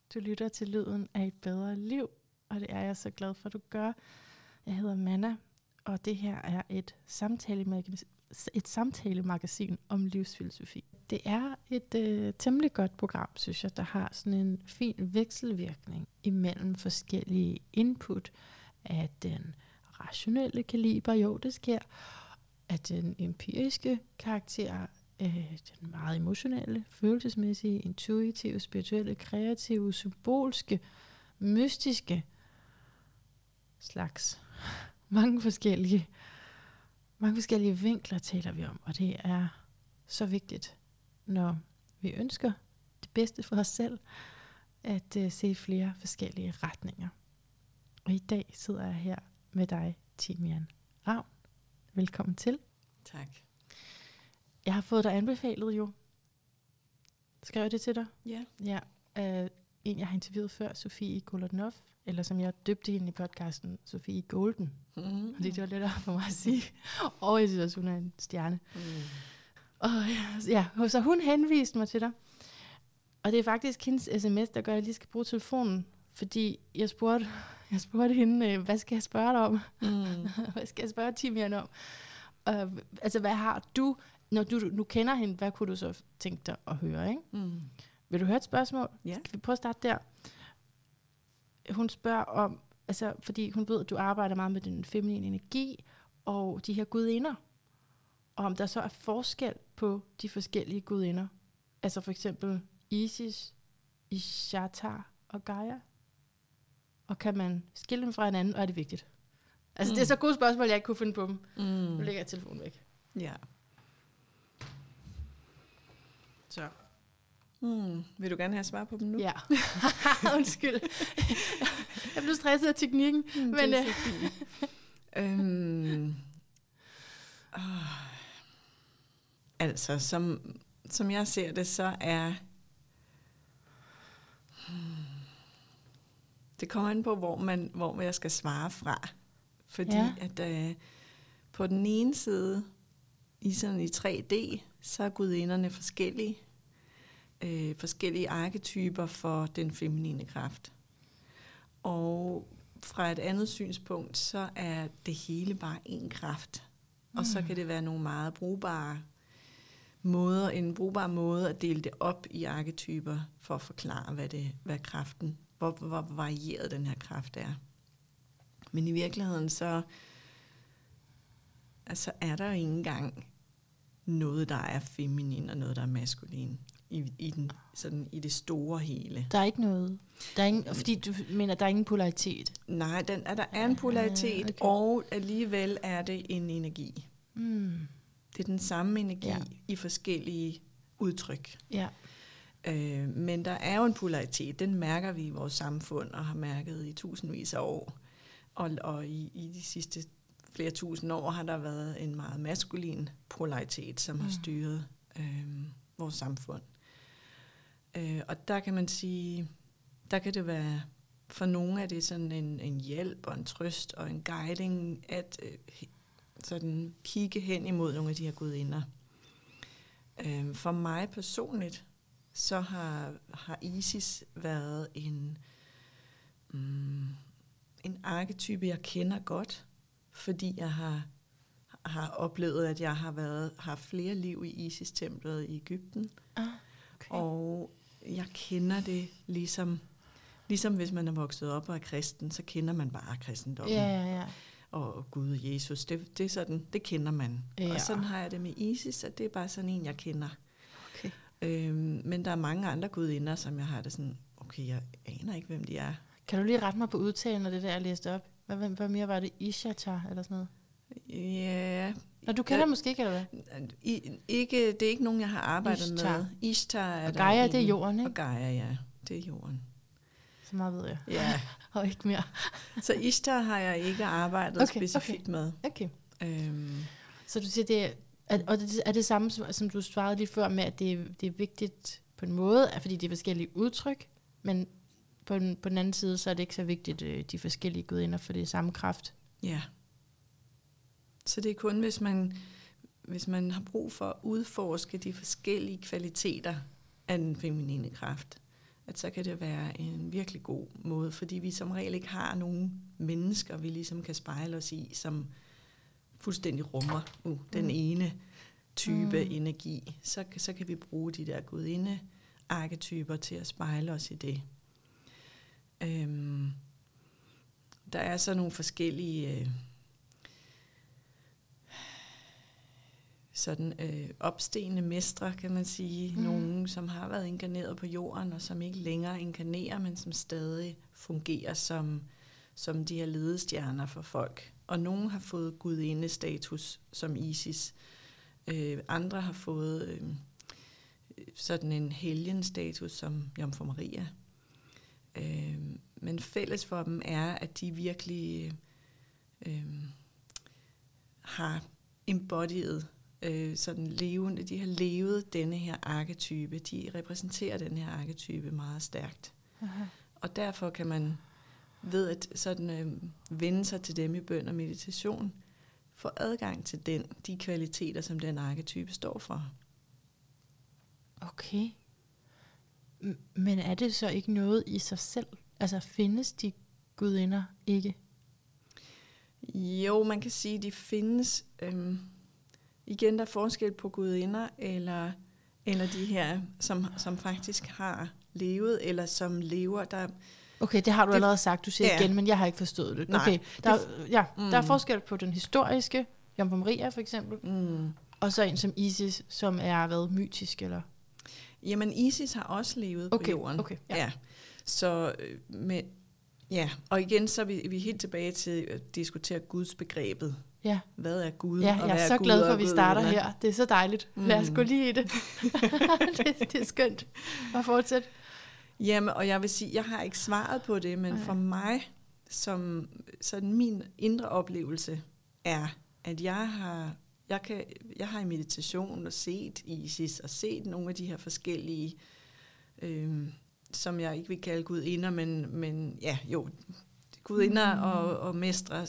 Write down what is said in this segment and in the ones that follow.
Du lytter til Lyden af et bedre liv, og det er jeg så glad for, at du gør. Jeg hedder Manna, og det her er et samtalemagasin om livsfilosofi. Det er et temmelig godt program, synes jeg, der har sådan en fin vekselvirkning imellem forskellige input af den rationelle kaliber, jo det sker, af den empiriske karakter, den meget emotionelle, følelsesmæssige, intuitive, spirituelle, kreative, symbolske, mystiske slags. Mange forskellige vinkler taler vi om, og det er så vigtigt, når vi ønsker det bedste for os selv, at se flere forskellige retninger. Og i dag sidder jeg her med dig, Timian Ravn. Velkommen til. Tak. Jeg har fået dig anbefalet jo. Skrev jeg det til dig? Ja. Ja. En, jeg har interviewet før, Sofie Goldenhoff, eller som jeg døbte hende i podcasten, Sofie Golden. Mm. Fordi det var lettere for mig at sige. Og jeg synes også, hun er en stjerne. Mm. Og ja, så hun henviste mig til dig. Og det er faktisk hendes sms, der gør, at jeg lige skal bruge telefonen. Fordi jeg spurgte hende, hvad skal jeg spørge dig om? Hvad skal jeg spørge Timian om? Altså, hvad har du, når du nu kender hende, hvad kunne du så tænke dig at høre, ikke? Mm. Vil du høre et spørgsmål? Ja. Skal vi prøve at starte der? Hun spørger om, altså, fordi hun ved, at du arbejder meget med den feminine energi, og de her gudinder. Og om der så er forskel på de forskellige gudinder. Altså for eksempel Isis, Ishtar og Gaia. Og kan man skille dem fra hinanden, og er det vigtigt? Altså det er så gode spørgsmål, jeg ikke kunne finde på dem. Nu lægger jeg telefonen væk. Ja. Så. Vil du gerne have svar på dem nu? Ja. Undskyld. Jeg blev stresset af teknikken. Men det er så fint. Altså, som jeg ser det, så er... Det kommer ind på, hvor jeg skal svare fra. Fordi at på den ene side, i 3D, så er gudinderne forskellige. Forskellige arketyper for den feminine kraft. Og fra et andet synspunkt, så er det hele bare én kraft. Og så kan det være nogle meget brugbare måder, en brugbar måde at dele det op i arketyper, for at forklare, hvad kraften, hvor varieret den her kraft er. Men i virkeligheden, så altså, er der jo ikke engang noget, der er feminin, og noget, der er maskulin. I det store hele. Der er ikke noget. Fordi du mener, der er ingen polaritet. Nej, der er en polaritet, okay. Og alligevel er det en energi. Det er den samme energi i forskellige udtryk. Ja. Men der er jo en polaritet. Den mærker vi i vores samfund, og har mærket i tusindvis af år. Og i de sidste flere tusind år har der været en meget maskulin polaritet, som har styret vores samfund. Og der kan man sige, der kan det være, for nogle af det sådan en hjælp og en trøst og en guiding, at sådan kigge hen imod nogle af de her gudinder. For mig personligt, så har Isis været en arketype, jeg kender godt, fordi jeg har oplevet, at jeg har haft flere liv i Isis-templet i Egypten. Okay. Og jeg kender det ligesom hvis man er vokset op og er kristen, så kender man bare kristendommen. Ja. Og Gud og Jesus, det er sådan, det kender man. Ja. Og sådan har jeg det med Isis, at det er bare sådan en, jeg kender. Okay. Men der er mange andre gudinder, som jeg har det sådan, okay, jeg aner ikke, hvem de er. Kan du lige rette mig på udtalen af det der, jeg læste op? Hvad mere var det? Ishtar eller sådan noget? Ja. Nå, du kender måske ikke, eller hvad? Det er ikke nogen, jeg har arbejdet med. Ishtar er og Gaia, det er jorden, ikke? Og Gaia, ja. Det er jorden. Så meget ved jeg. Ja. Og ikke mere. Så Ishtar har jeg ikke arbejdet specifikt med. Okay. Så du siger, det er det samme, som du svarede lige før med, at det er vigtigt på en måde, fordi det er forskellige udtryk, men på den anden side, så er det ikke så vigtigt, de forskellige gudinder, for det er samme kraft. Ja. Så det er kun, hvis man har brug for at udforske de forskellige kvaliteter af den feminine kraft, at så kan det være en virkelig god måde, fordi vi som regel ikke har nogen mennesker, vi ligesom kan spejle os i, som fuldstændig rummer den ene type energi. Så kan vi bruge de der gudinde-arketyper til at spejle os i det. Der er så nogle forskellige opstigende mestre, kan man sige. Nogle, som har været inkarneret på jorden, og som ikke længere inkarnerer, men som stadig fungerer som de her ledestjerner for folk. Og nogle har fået gudinde-status som Isis. Andre har fået sådan en helgenstatus som Jomfru Maria. Men fælles for dem er, at de virkelig har embodied sådan levende, de har levet denne her arketype, de repræsenterer den her arketype meget stærkt. Aha. Og derfor kan man ved at sådan vende sig til dem i bøn og meditation, få adgang til de kvaliteter, som den arketype står for. Okay. Men er det så ikke noget i sig selv? Altså findes de gudinder ikke? Jo, man kan sige, at de findes. Igen, der er forskel på gudinder, eller de her, som faktisk har levet, eller som lever. Okay, det har du allerede sagt, du siger igen, men jeg har ikke forstået det. Nej, okay, der er forskel på den historiske, Jomfru Maria for eksempel, og så en som Isis, som er været mytisk, eller? Jamen, Isis har også levet på jorden. Okay, ja. Så og igen, så er vi helt tilbage til at diskutere Guds begrebet. Ja. Hvad er Gud? Ja, og jeg hvad er så Gud glad for, og at vi starter gudinder? her. Det er så dejligt. Lad os gå lige i det. Det er skønt. Og fortsæt. Jamen, og jeg vil sige, jeg har ikke svaret på det, men for mig, som sådan min indre oplevelse er, at jeg har i meditation og set Isis, og set nogle af de her forskellige, som jeg ikke vil kalde gudinder, men gudinder og mestre,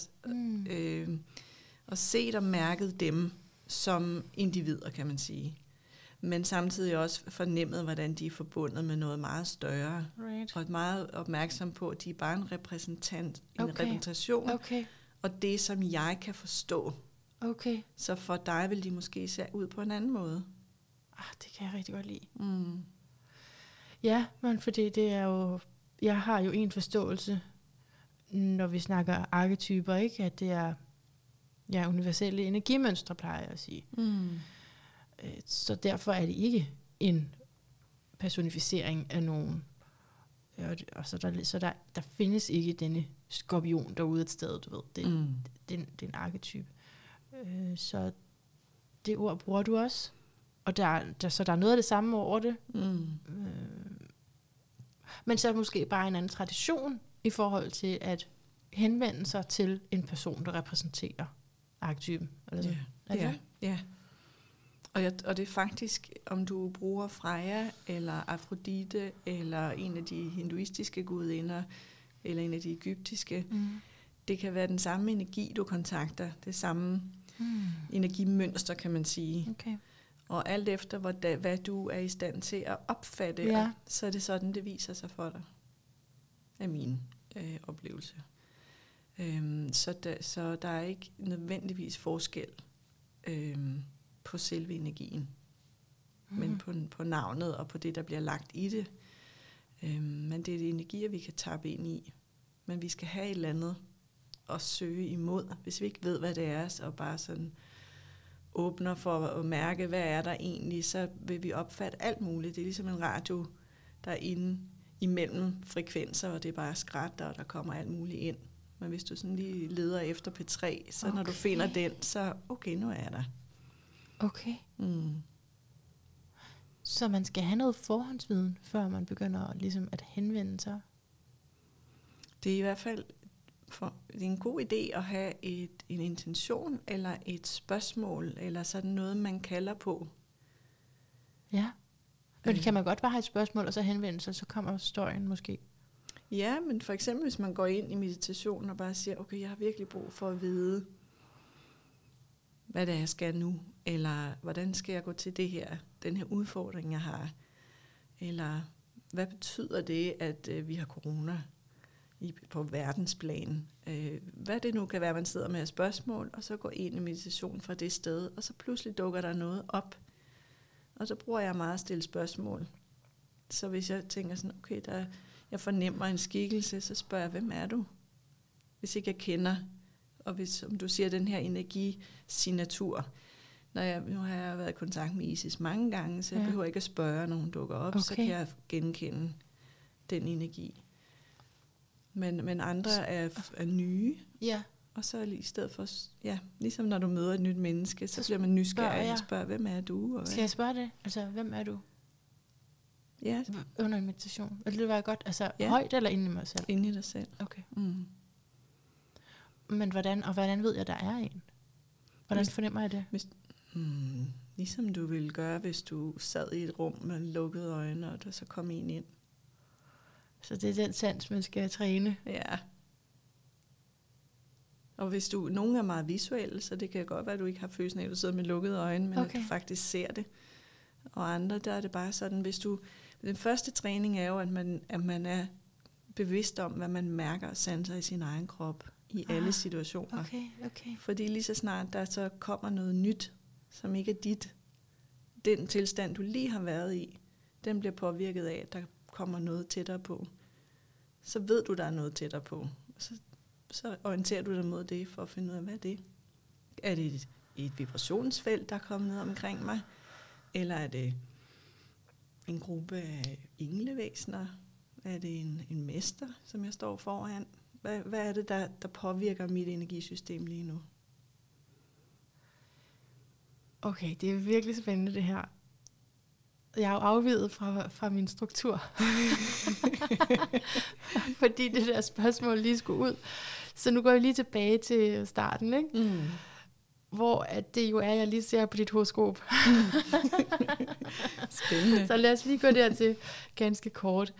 og set og mærket dem som individer, kan man sige. Men samtidig også fornemmet, hvordan de er forbundet med noget meget større. Right. Og meget opmærksom på, at de er bare en repræsentation. Okay. Og det, som jeg kan forstå. Okay. Så for dig vil de måske se ud på en anden måde. Det kan jeg rigtig godt lide. Ja, men fordi det er jo... Jeg har jo en forståelse, når vi snakker arketyper, ikke? At det er universelle energimønstre, plejer jeg at sige. Så derfor er det ikke en personificering af nogen. Og så der findes ikke denne skorpion derude et sted, du ved. Det er en arketype. Så det ord bruger du også. Og så der er noget af det samme over det. Men så er det måske bare en anden tradition i forhold til at henvende sig til en person, der repræsenterer arketypen. Ja. Og det er faktisk, om du bruger Freja, eller Afrodite, eller en af de hinduistiske gudinder, eller en af de egyptiske, det kan være den samme energi, du kontakter. Det samme energimønster, kan man sige. Okay. Og alt efter, hvad du er i stand til at opfatte, så er det sådan, det viser sig for dig. Af min oplevelse. Så der er ikke nødvendigvis forskel på selve energien, men på navnet og på det, der bliver lagt i det. Men det er de energier, vi kan tappe ind i. Men vi skal have et eller andet at søge imod, hvis vi ikke ved, hvad det er, og bare sådan åbner for at mærke, hvad er der egentlig, så vil vi opfatte alt muligt. Det er ligesom en radio, der er inde imellem frekvenser, og det er bare skratter, og der kommer alt muligt ind. Men hvis du sådan lige leder efter P3, så når du finder den, så nu er jeg der. Okay. Så man skal have noget forhåndsviden, før man begynder ligesom at henvende sig? Det er i hvert fald det er en god idé at have en intention, eller et spørgsmål, eller sådan noget, man kalder på. Ja. Men kan man godt bare have et spørgsmål, og så henvende sig, så kommer storyen måske? Ja, men for eksempel, hvis man går ind i meditation og bare siger, okay, jeg har virkelig brug for at vide, hvad det er, jeg skal nu, eller hvordan skal jeg gå til det her, den her udfordring, jeg har, eller hvad betyder det, at vi har corona på verdensplan? Hvad det nu kan være, man sidder med et spørgsmål, og så går ind i meditation fra det sted, og så pludselig dukker der noget op. Og så bruger jeg meget at stille spørgsmål. Så hvis jeg tænker sådan, okay, jeg fornemmer en skikkelse, så spørger jeg, hvem er du? Hvis ikke jeg kender, og hvis, som du siger, den her energisignatur. Nu har jeg været i kontakt med Isis mange gange, så jeg behøver ikke at spørge, når hun dukker op, så kan jeg genkende den energi. Men andre er nye, og så i stedet for, ligesom når du møder et nyt menneske, så bliver man nysgerrig og spørger, hvem er du? Og skal jeg spørge det? Altså, hvem er du? Ja. Under en meditation. Og det var godt, altså højt eller inde i mig selv? Inde i dig selv. Okay. Men hvordan ved jeg, der er en? Hvordan fornemmer jeg det? Ligesom du ville gøre, hvis du sad i et rum med lukkede øjne, og der så kom en ind. Så det er den sans, man skal træne? Ja. Og hvis nogen er meget visuelle, så det kan godt være, at du ikke har følelsen af, at du sidder med lukkede øjne, men at du faktisk ser det. Og andre, der er det bare sådan, den første træning er jo, at man er bevidst om, hvad man mærker og sanser i sin egen krop i alle situationer. Okay. Fordi lige så snart der så kommer noget nyt, som ikke er dit, den tilstand, du lige har været i, den bliver påvirket af, at der kommer noget tættere på. Så ved du, der er noget tættere på. Så orienterer du dig mod det, for at finde ud af, hvad er det? Er det et vibrationsfelt, der er kommet ned omkring mig? Eller er det en gruppe af englevæsener? Er det en mester, som jeg står foran? Hvad er det, der påvirker mit energisystem lige nu? Okay, det er virkelig spændende det her. Jeg er jo afviget fra min struktur. Fordi det der spørgsmål lige skulle ud. Så nu går jeg lige tilbage til starten, ikke? Hvor at det jo er, jeg lige ser på dit horoskop. Spændende. Så lad os lige gå dertil ganske kort.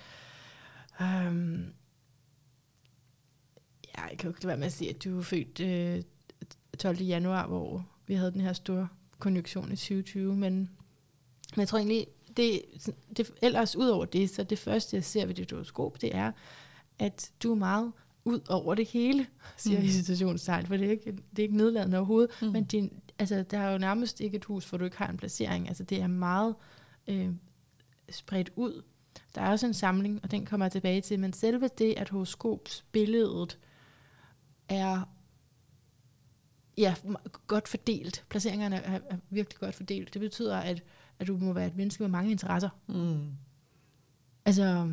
Jeg kan jo ikke være med at sige, at du er født 12. januar, hvor vi havde den her store konjunktion i 2020, men jeg tror egentlig, det ellers ud over det, så det første, jeg ser ved dit horoskop, det er, at du er meget ud over det hele, siger i situationstegn, for det er ikke nedladende overhovedet, men der er jo nærmest ikke et hus, hvor du ikke har en placering. Altså det er meget spredt ud. Der er også en samling, og den kommer jeg tilbage til, men selve det, at horoskopsbilledet er godt fordelt. Placeringerne er virkelig godt fordelt. Det betyder, at du må være et menneske med mange interesser. Altså,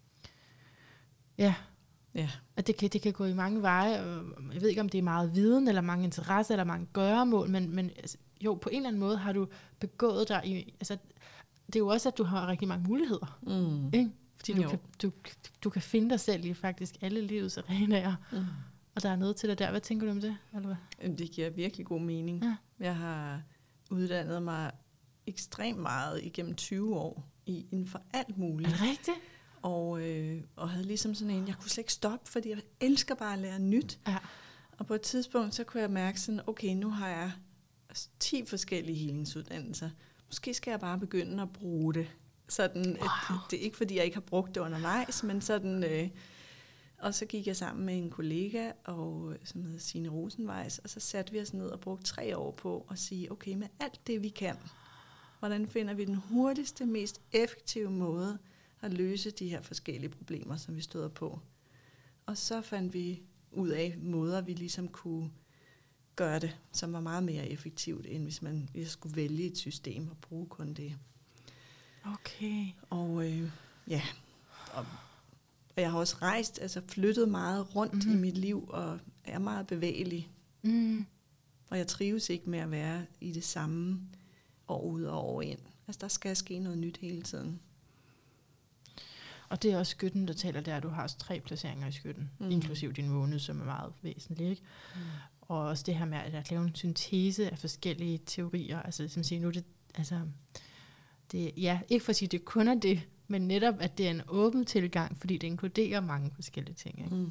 at det kan gå i mange veje, og jeg ved ikke, om det er meget viden, eller mange interesser, eller mange gøremål, men altså, jo, på en eller anden måde har du begået dig i, altså, det er jo også, at du har rigtig mange muligheder. Ikke? Fordi du kan finde dig selv i faktisk alle livets arenaer. Og der er noget til dig der. Hvad tænker du om det? Eller hvad? Det giver virkelig god mening. Ja. Jeg har uddannet mig ekstremt meget igennem 20 år inden for alt muligt. Er det rigtigt? Og havde ligesom sådan en, jeg kunne slet ikke stoppe, fordi jeg elsker bare at lære nyt. Ja. Og på et tidspunkt, så kunne jeg mærke sådan, okay, nu har jeg 10 forskellige healingsuddannelser. Måske skal jeg bare begynde at bruge det. Sådan, det er ikke fordi, jeg ikke har brugt det undervejs, men sådan... Og så gik jeg sammen med en kollega, som hedder Signe Rosenweis, og så satte vi os ned og brugte 3 år på at sige, okay, med alt det vi kan, hvordan finder vi den hurtigste, mest effektive måde at løse de her forskellige problemer, som vi støder på. Og så fandt vi ud af måder, vi ligesom kunne gøre det, som var meget mere effektivt, end hvis man skulle vælge et system og bruge kun det. Okay. Og og jeg har også rejst, altså flyttet meget rundt i mit liv, og er meget bevægelig. Og jeg trives ikke med at være i det samme år ud og år ind. Altså der skal ske noget nyt hele tiden. Og det er også skytten, der taler der, du har også 3 placeringer i skytten, inklusiv din måned, som er meget væsentlig, ikke? Og også det her med at lave en syntese af forskellige teorier, altså som siger nu det, altså det, ikke for at sige, det kun er det, men netop, at det er en åben tilgang, fordi det inkluderer mange forskellige ting. Ikke?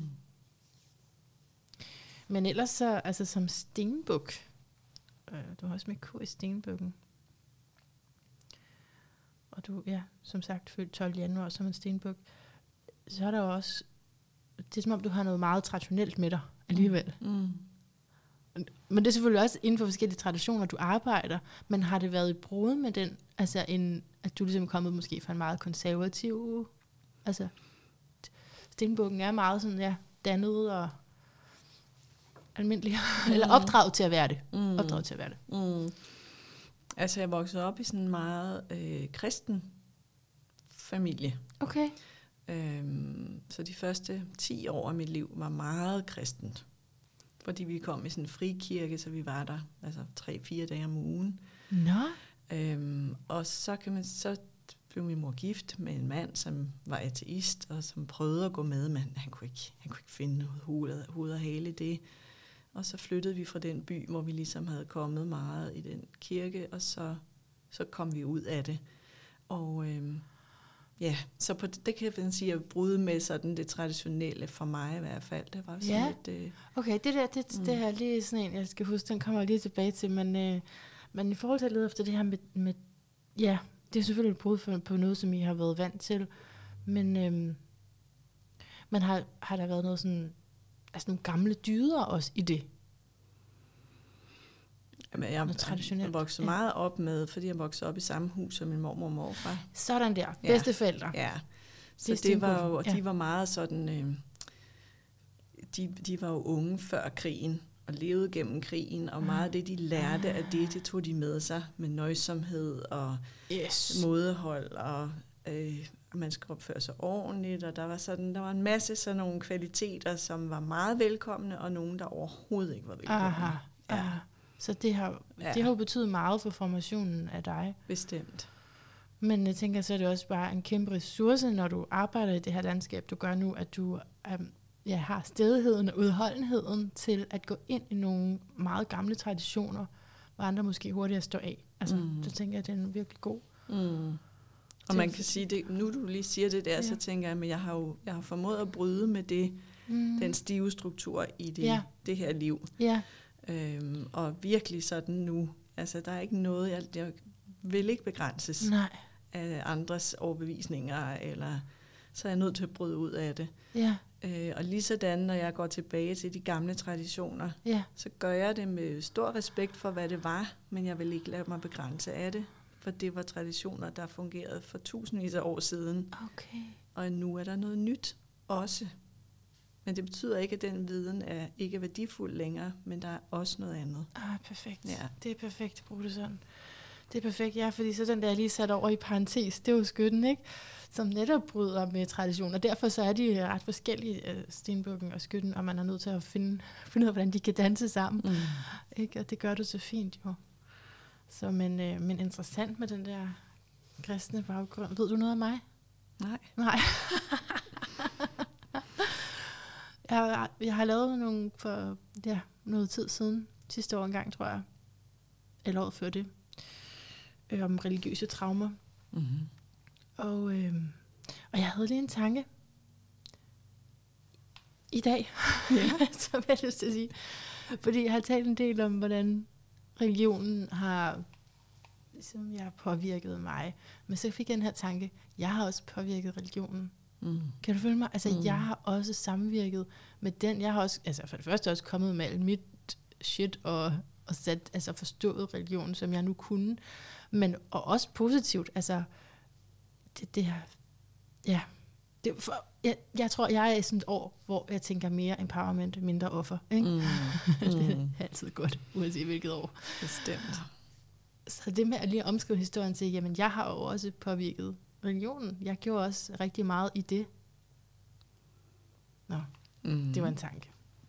Men ellers så, altså som stenbuk, du har også med K i stenbukken. og du, som sagt, født 12. januar som en stenbuk, så er der også, det er som om, du har noget meget traditionelt med dig alligevel. Men det er selvfølgelig også inden for forskellige traditioner, du arbejder, men har det været et brud med den, altså at du ligesom er kommet måske fra en meget konservativ, altså stenbukken er meget sådan, dannet og almindelig, eller opdraget til at være det. Opdraget til at være det. Altså jeg voksede op i sådan en meget kristen familie. Okay. Så de første 10 år af mit liv var meget kristent. Fordi vi kom i sådan en frikirke, så vi var der altså 3-4 dage om ugen. Nå. Og så blev min mor gift med en mand, som var ateist, og som prøvede at gå med, men han kunne ikke finde noget hoved og hale i det. Og så flyttede vi fra den by, hvor vi ligesom havde kommet meget i den kirke, og så kom vi ud af det. Og så på det kan jeg sige, at bryde med sådan det traditionelle for mig i hvert fald. Det var sådan lidt... Okay, det her lige sådan en, jeg skal huske, den kommer jeg lige tilbage til, men i forhold til at lede efter det her med det er selvfølgelig et brud på noget, som I har været vant til, men har der været noget sådan, altså nogle gamle dyder også i det? Jamen, jeg voksede meget op med, fordi jeg voksede op i samme hus som min mormor og morfar. Sådan der, bedsteforældre. Ja, så det var jo, og de var meget sådan, de var jo unge før krigen, og levede gennem krigen, og meget af det, de lærte af det tog de med sig, med nøjsomhed og mådehold, og man skal opføre sig ordentligt, og der var en masse sådan nogle kvaliteter, som var meget velkomne, og nogle, der overhovedet ikke var velkomne. Aha. Så det har jo betydet meget for formationen af dig. Bestemt. Men jeg tænker, så er det også bare en kæmpe ressource, når du arbejder i det her landskab, du gør nu, at du har stædigheden og udholdenheden til at gå ind i nogle meget gamle traditioner, hvor andre måske hurtigere står af. Altså, så tænker jeg, at det er virkelig god. Og man kan sige det, nu du lige siger det der, så tænker jeg, at jeg har formået at bryde med det, den stive struktur i det her liv. Ja. Og virkelig sådan nu, altså der er ikke noget, jeg vil ikke begrænses af andres overbevisninger, eller så er jeg nødt til at bryde ud af det. Ja. Og lige sådan, når jeg går tilbage til de gamle traditioner, så gør jeg det med stor respekt for, hvad det var, men jeg vil ikke lade mig begrænse af det, for det var traditioner, der fungerede for tusindvis af år siden. Okay. Og nu er der noget nyt også. Men det betyder ikke, at den viden er ikke værdifuld længere, men der er også noget andet. Perfekt. Ja. Det er perfekt at bruge det sådan. Det er perfekt, fordi så den der lige sat over i parentes, det er jo Skytten, ikke? Som netop bryder med tradition, og derfor så er de ret forskellige, stenbukken og Skytten, og man er nødt til at finde ud af, hvordan de kan danse sammen. Ikke? Og det gør du så fint, jo. Så, men interessant med den der kristne baggrund. Ved du noget om mig? Nej. Jeg har lavet nogle for noget tid siden, sidste år engang, tror jeg, eller året før det, om religiøse traumer. Og jeg havde lige en tanke i dag, som jeg har lyst til at sige. Fordi jeg har talt en del om, hvordan religionen har ligesom jeg har påvirket mig. Men så fik jeg den her tanke, jeg har også påvirket religionen. Kan du følge mig? Altså, jeg har også samvirket med den. Jeg har også, altså for det første også kommet med alt mit shit og sat, altså forstået religionen, som jeg nu kunne. Men og også positivt, altså det her, jeg tror, jeg er i sådan et år, hvor jeg tænker mere empowerment, mindre offer. Ikke? Det er altid godt, uanset hvilket år. Bestemt. Så det med at lige omskrive historien til, jamen jeg har jo også påvirket religionen. Jeg gjorde også rigtig meget i det. Det var en tanke.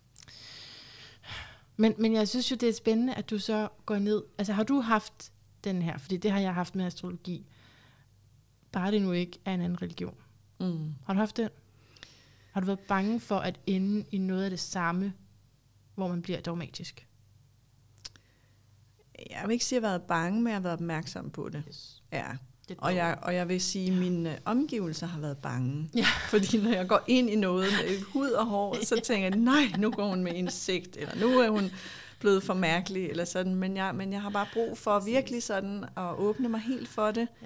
Men jeg synes jo, det er spændende, at du så går ned. Altså har du haft den her, fordi det har jeg haft med astrologi, bare det nu ikke er en anden religion. Har du haft den? Har du været bange for at ende i noget af det samme, hvor man bliver dogmatisk? Jeg vil ikke sige, at jeg har været bange, men jeg har været opmærksom på det. Yes. Ja. Og jeg vil sige, at mine omgivelser har været bange. Ja. Fordi når jeg går ind i noget med hud og hår, så tænker jeg, nej, nu går hun med insekt, eller nu er hun blevet for mærkelig, eller sådan. Men jeg har bare brug for virkelig sådan at åbne mig helt for det.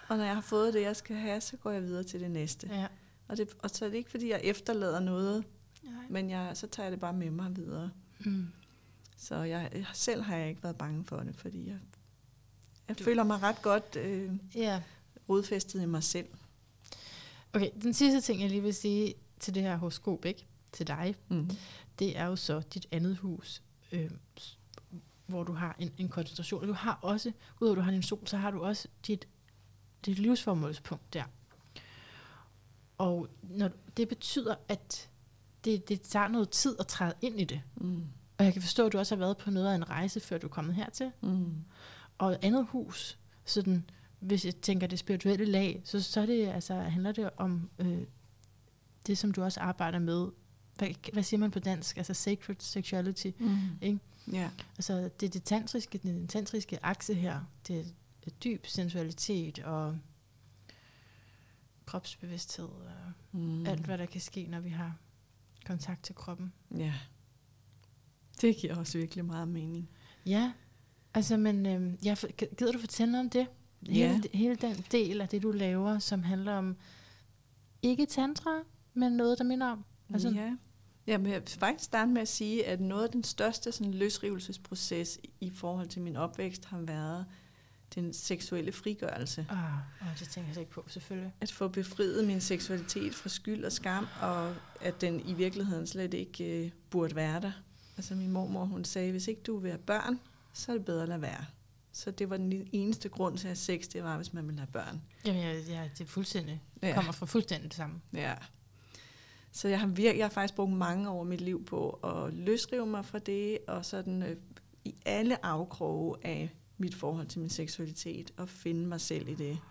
Og når jeg har fået det, jeg skal have, så går jeg videre til det næste. Ja. Og så er det ikke, fordi jeg efterlader noget, men så tager jeg det bare med mig videre. Mm. Så selv har jeg ikke været bange for det, fordi jeg føler mig ret godt rodfæstet i mig selv. Okay, den sidste ting, jeg lige vil sige til det her horoskop, ikke? Til dig, det er jo så dit andet hus, hvor du har en koncentration. Du har også, udover at du har din sol, så har du også dit livsformålspunkt der. Og det betyder, at det tager noget tid at træde ind i det. Mm. Og jeg kan forstå, at du også har været på noget af en rejse, før du er kommet hertil. Mm. Og andet hus, sådan, hvis jeg tænker det spirituelle lag, så er det, altså, handler det om det, som du også arbejder med. Hvad siger man på dansk? Altså sacred sexuality. Mm. Ikke? Yeah. Altså det den tantriske akse her, det er dyb sensualitet og kropsbevidsthed og alt, hvad der kan ske, når vi har kontakt til kroppen. Ja, det giver også virkelig meget mening. Ja, altså, men gider du fortælle om det? Hele den del af det, du laver, som handler om ikke tantra, men noget, der minder om? Altså, ja, men jeg vil faktisk starte med at sige, at noget af den største sådan, løsrivelsesproces i forhold til min opvækst har været den seksuelle frigørelse. Det tænker jeg ikke på, selvfølgelig. At få befriet min seksualitet fra skyld og skam, og at den i virkeligheden slet ikke burde være der. Altså min mormor, hun sagde, hvis ikke du vil have børn, så er det bedre at lade være. Så det var den eneste grund til at have sex, det var, hvis man ville have børn. Jamen, det er fuldstændig. Det kommer fra fuldstændig det samme. Ja. Så jeg har faktisk brugt mange år af mit liv på at løsrive mig fra det, og sådan i alle afkroge af mit forhold til min seksualitet, og finde mig selv i det.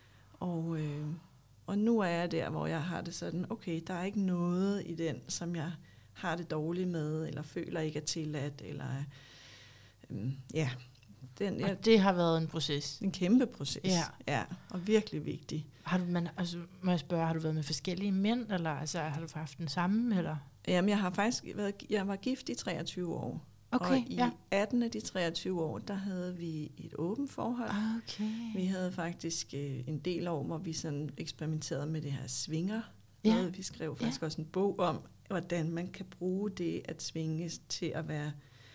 Og nu er jeg der, hvor jeg har det sådan, okay, der er ikke noget i den, som jeg har det dårligt med, eller føler ikke er tilladt, eller og det har været en proces. En kæmpe proces, ja, og virkelig vigtig. Må jeg spørge, har du været med forskellige mænd, eller altså, har du haft den samme, eller? Jamen, jeg var gift i 23 år. Okay, og i 18 af de 23 år, der havde vi et åbent forhold. Okay. Vi havde faktisk en del år, hvor vi sådan eksperimenterede med det her swinger. Vi skrev faktisk også en bog om, hvordan man kan bruge det at svinges til at være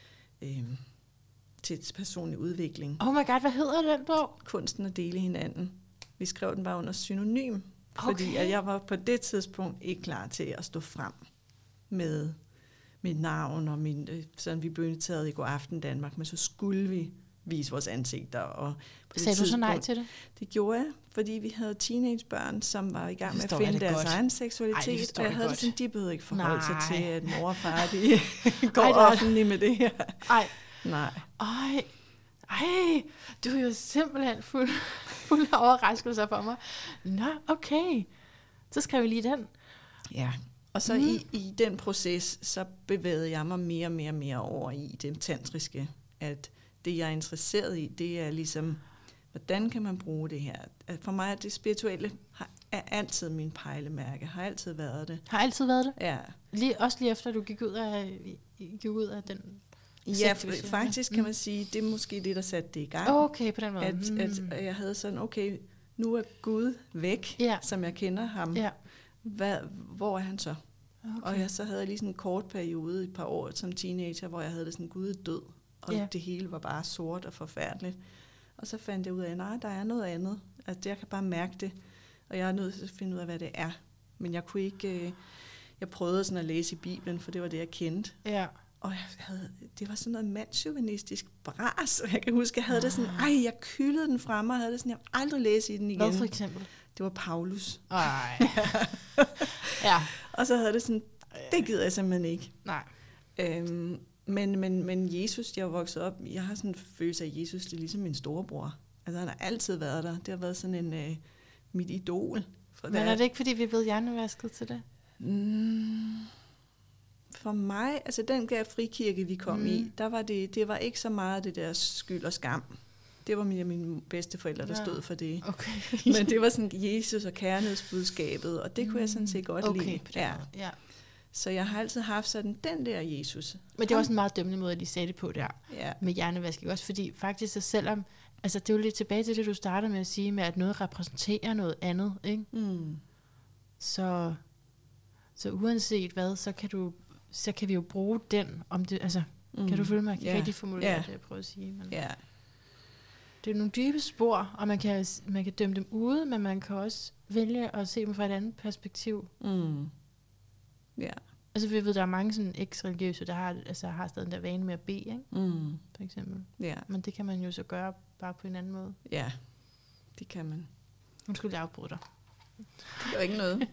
til personlig udvikling. Oh my god, hvad hedder den bog? Kunsten at dele hinanden. Vi skrev den bare under synonym, fordi at jeg var på det tidspunkt ikke klar til at stå frem med mit navn, og sådan vi blev inviteret i God Aften Danmark, men så skulle vi vise vores ansigter. Og på sagde du så nej til det? Det gjorde jeg, fordi vi havde teenagebørn, som var i gang med at finde deres egen seksualitet, og jeg havde det sådan, de behøvede ikke forholde sig til, at mor og far, de går offentligt med det her. Nej. Du er jo simpelthen fuld af overraskelser for mig. Nå, okay. Så skrev vi lige den. Ja, og så i den proces, så bevægede jeg mig mere og mere over i det tantriske, at det, jeg er interesseret i, det er ligesom, hvordan kan man bruge det her? At for mig er det spirituelle er altid min pejlemærke, har altid været det. Har altid været det? Ja. Også lige efter, du gik ud af den. Ja, faktisk kan man sige, det er måske det, der satte det i gang. Okay, på den måde. At jeg havde sådan, okay, nu er Gud væk, som jeg kender ham. Ja. Hvor er han så? Okay. Og så havde jeg lige sådan en kort periode, et par år som teenager, hvor jeg havde det sådan, Gud er død, og det hele var bare sort og forfærdeligt. Og så fandt jeg ud af, nej, der er noget andet. Altså, jeg kan bare mærke det, og jeg er nødt til at finde ud af, hvad det er. Men jeg kunne ikke, jeg prøvede sådan at læse i Bibelen, for det var det, jeg kendte. Ja. Og det var sådan noget mandsjuvenistisk bras, og jeg kan huske, jeg havde det sådan, jeg kyldede den frem, og havde det sådan, jeg aldrig læse i den igen. Hvad for eksempel? Det var Paulus. Ja. Og så havde det sådan, det gider jeg simpelthen ikke. Nej. Men Jesus, jeg er vokset op, jeg har sådan en følelse af, at Jesus, det er ligesom min storebror. Altså han har altid været der. Det har været sådan en mit idol. Men er det ikke, fordi vi er blevet hjernevasket til det? For mig, altså den der frikirke, vi kom i, der var det var ikke så meget det der skyld og skam. Det var mine bedsteforældre, der stod for det. Okay. Men det var sådan Jesus og kærlighedsbudskabet, og det kunne jeg sådan set godt lide. Ja. Så jeg har altid haft sådan den der Jesus. Men det var også en meget dømmende måde, at de sagde det på der, med hjernevasking. Også fordi faktisk, så selvom altså det er jo lidt tilbage til det, du startede med at sige, med at noget repræsenterer noget andet, ikke? Så uanset hvad, så kan vi jo bruge den, om det, altså, kan du følge mig? Jeg kan rigtig formulere det, jeg prøver at sige. Men det er nogle dybe spor, og man kan dømme dem ude, men man kan også vælge at se dem fra et andet perspektiv. Altså vi ved, der er mange sådan eks-religiøse, der har stadig den der vane med at bede, ikke? For eksempel. Men det kan man jo så gøre bare på en anden måde. Ja, det kan man. Nu skulle jeg afbryde dig. Det er jo ikke noget.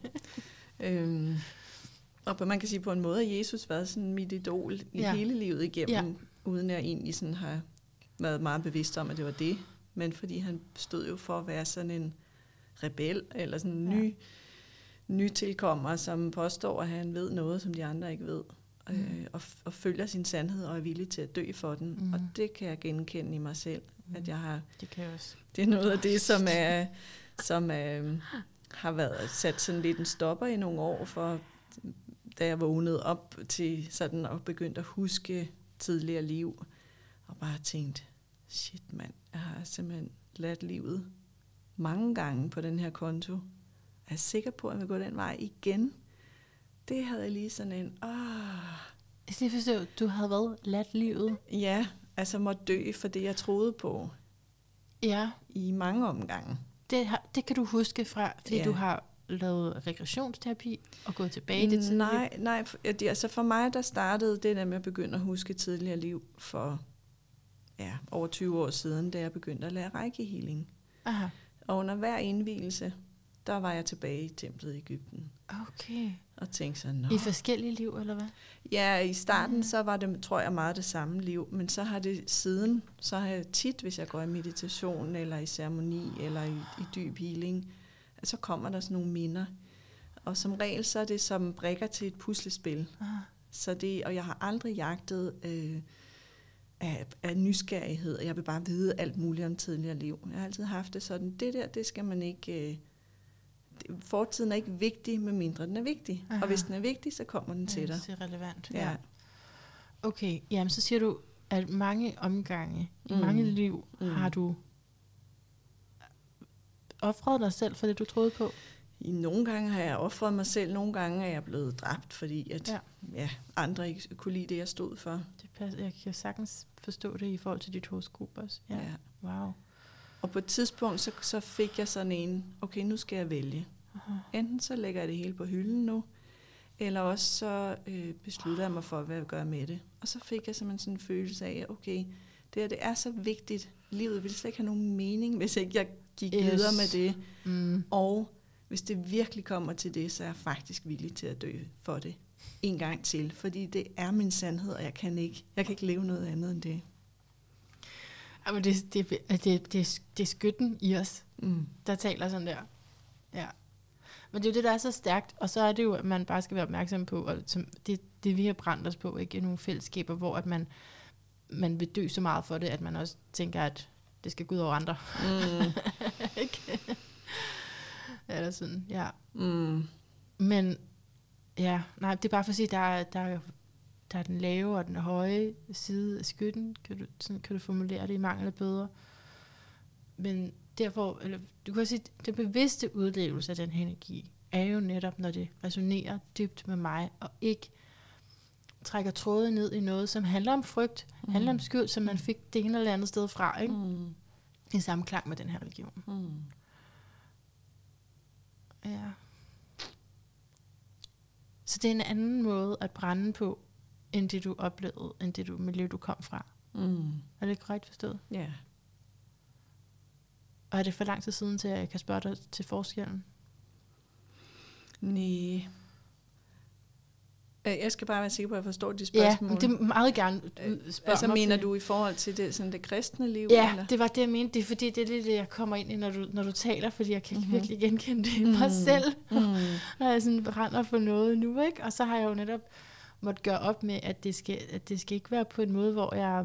Og man kan sige, på en måde, at Jesus været sådan mit idol i hele livet igennem, uden jeg egentlig sådan har været meget bevidst om, at det var det. Men fordi han stod jo for at være sådan en rebel, eller sådan en nytilkommer, som påstår, at han ved noget, som de andre ikke ved. Og følger sin sandhed og er villig til at dø for den. Og det kan jeg genkende i mig selv. At jeg har, det kan jeg også. Det er noget af det, som har været sat sådan lidt en stopper i nogle år, for da jeg vågnede op til sådan og begyndte at huske tidligere liv, og bare tænkt, shit mand, jeg har simpelthen ladt livet mange gange på den her konto. Er jeg sikker på, at jeg vil gå den vej igen? Det havde jeg lige sådan en, Jeg skal lige forstå, du havde været ladt livet? Ja, altså måtte dø for det, jeg troede på. Ja. I mange omgange. Det kan du huske fra, fordi du har lavet regressionsterapi og gået tilbage til tidligere? Nej, altså for mig, der startede det der med at begynde at huske tidligere liv for over 20 år siden, da jeg begyndte at lære Reiki-healing. Aha. Og under hver indvielse, der var jeg tilbage i templet i Egypten. Okay. Og tænkte sådan, i forskellige liv, eller hvad? Ja, i starten, så var det, tror jeg, meget det samme liv. Men så har det siden, så har jeg tit, hvis jeg går i meditation, eller i ceremoni, eller i dyb healing, så kommer der sådan nogle minder. Og som regel, så er det som brikker til et puslespil. Så og jeg har aldrig jagtet af nysgerrighed, og jeg vil bare vide alt muligt om tidligere liv. Jeg har altid haft det sådan, det skal man ikke... fortiden er ikke vigtig, medmindre den er vigtig. Aha. Og hvis den er vigtig, så kommer den til dig. Det er relevant. Ja. Okay, jamen så siger du, at mange omgange, i mange liv, har du offret dig selv for det, du troede på? Nogle gange har jeg offret mig selv, nogle gange er jeg blevet dræbt, fordi at andre ikke kunne lide det, jeg stod for. Jeg kan sagtens forstå det i forhold til dit horoskop også. Ja. Wow. Og på et tidspunkt, så fik jeg sådan en, okay, nu skal jeg vælge. Enten så lægger jeg det hele på hylden nu, eller også så beslutter jeg mig for, hvad jeg vil gøre med det. Og så fik jeg simpelthen sådan en følelse af, okay, det er så vigtigt. Livet ville slet ikke have nogen mening, hvis ikke jeg gik videre med det. Og hvis det virkelig kommer til det, så er jeg faktisk villig til at dø for det en gang til. Fordi det er min sandhed, og jeg kan ikke leve noget andet end det. Men det er skytten i os, der taler sådan der. Ja. Men det er jo det, der er så stærkt, og så er det jo, at man bare skal være opmærksom på, og det vi har brændt os på, ikke? I nogle fællesskaber, hvor at man vil dø så meget for det, at man også tænker, at det skal gå ud over andre. Ikke? Eller sådan, ja. Men, nej, det er bare for at sige, der er den lave og den høje side af skytten, kan du formulere det i mangel af bedre. Men derfor, eller du kan sige, den bevidste udlevelse af den her energi, er jo netop, når det resonerer dybt med mig, og ikke trækker trådet ned i noget, som handler om frygt, handler om skyld, som man fik det ene eller andet sted fra, ikke? I sammenklang med den her religion. Ja. Så det er en anden måde at brænde på, end det du oplevede, end det miljø du kom fra. Er det korrekt forstået? Ja. Og er det for lang tid siden, til jeg kan spørge dig til forskellen? Nej. Jeg skal bare være sikker på, at jeg forstår de spørgsmål. Ja, det er meget gerne spørge altså mener du i forhold til det kristne liv? Ja, eller? Det var det, jeg mente. Det er fordi, det er det, jeg kommer ind i, når du taler, fordi jeg kan virkelig genkende det i mig selv. Når jeg sådan brænder for noget nu, ikke? Og så har jeg jo netop måtte gøre op med, at det skal ikke være på en måde, hvor jeg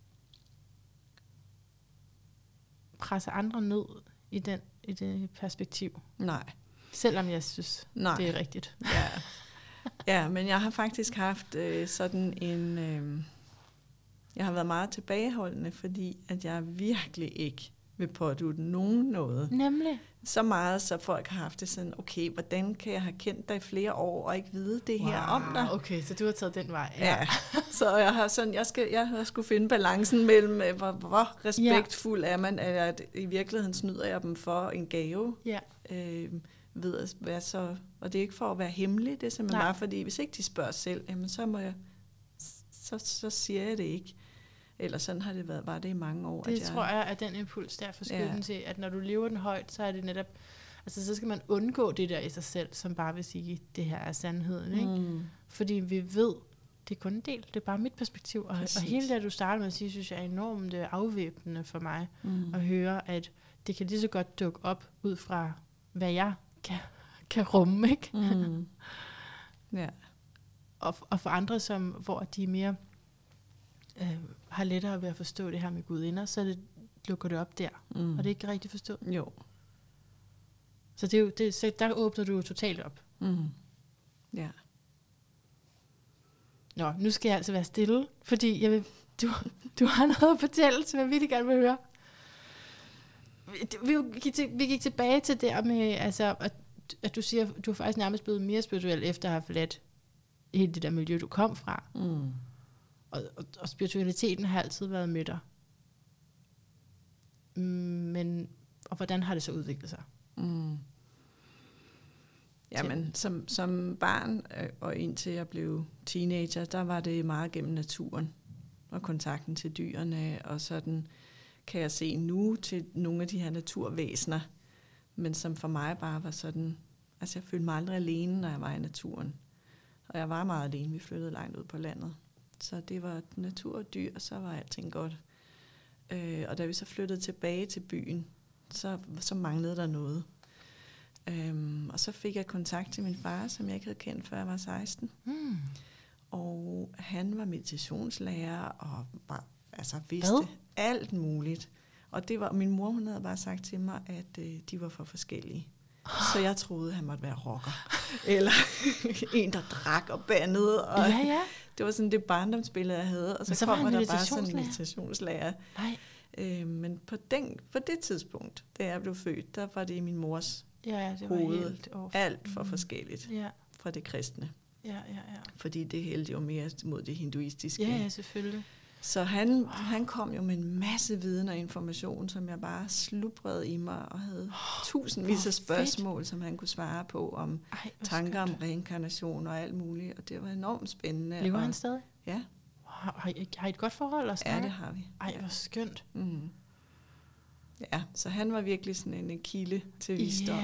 presser andre ned i det perspektiv. Nej. Selvom jeg synes, det er rigtigt. Ja, men jeg har faktisk haft sådan Jeg har været meget tilbageholdende, fordi at jeg virkelig ikke vil pådutte nogen noget. Nemlig? Så meget, så folk har haft det sådan, okay, hvordan kan jeg have kendt dig i flere år, og ikke vide det her om dig? Okay, så du har taget den vej. Ja, så jeg har sådan, jeg har skulle finde balancen mellem, hvor respektfuld er man, at i virkeligheden snyder jeg dem for en gave. Ja. Ved at være så, og det er ikke for at være hemmelig, det er simpelthen bare fordi, hvis ikke de spørger selv, jamen så må jeg, så siger jeg det ikke. Eller sådan har det været, var det i mange år. Det tror jeg, at den impuls der er forskylden til, at når du lever den højt, så er det netop, altså så skal man undgå det der i sig selv, som bare vil sige, det her er sandheden, ikke? Fordi vi ved, det er kun en del, det er bare mit perspektiv, og hele det, du starter med at sige, synes jeg er enormt afvæbnende for mig, at høre, at det kan lige så godt dukke op ud fra, hvad jeg kan rumme, ikke? Ja. Og for andre, hvor de er mere har lettere ved at forstå det her med gudinder, så lukker det op der. Og det er ikke rigtig forstået. Jo. Så det er jo, så der åbner du jo totalt op. Ja. Nå, nu skal jeg altså være stille, fordi du har noget at fortælle, som jeg virkelig gerne vil høre. Vi gik tilbage til det med, altså, at du siger, du er faktisk nærmest blevet mere spirituel, efter at have forladt hele det der miljø, du kom fra. Og spiritualiteten har altid været med dig. Men, og hvordan har det så udviklet sig? Jamen, som barn og indtil jeg blev teenager, der var det meget gennem naturen og kontakten til dyrene, og sådan kan jeg se nu til nogle af de her naturvæsener, men som for mig bare var sådan, altså jeg følte mig aldrig alene, når jeg var i naturen. Og jeg var meget alene, vi flyttede langt ud på landet. Så det var natur og dyr, og så var alting godt. Og da vi så flyttede tilbage til byen, så manglede der noget. Og så fik jeg kontakt til min far, som jeg ikke havde kendt, før jeg var 16. Og han var meditationslærer, og bare, altså vidste alt muligt. Og det var, min mor, hun havde bare sagt til mig, at de var for forskellige. Så jeg troede, han måtte være rocker. Eller en, der drak og bandede. Og ja. Det var sådan det barndomsbillede, jeg havde. Og så kommer der bare sådan en meditationslærer. Men på det tidspunkt, da jeg blev født, der var det i min mors hoved. Alt for forskelligt fra det kristne. Ja. Fordi det hældte jo mere mod det hinduistiske. Ja, selvfølgelig. Så han kom jo med en masse viden og information, som jeg bare slubrede i mig, og havde tusindvis af spørgsmål, som han kunne svare på, om tanker om reinkarnation og alt muligt, og det var enormt spændende. Lever han stadig? Ja. Har I et godt forhold at snakke? Ja, det har vi. Ej, hvor skønt. Ja, så han var virkelig sådan en kilde til visdom.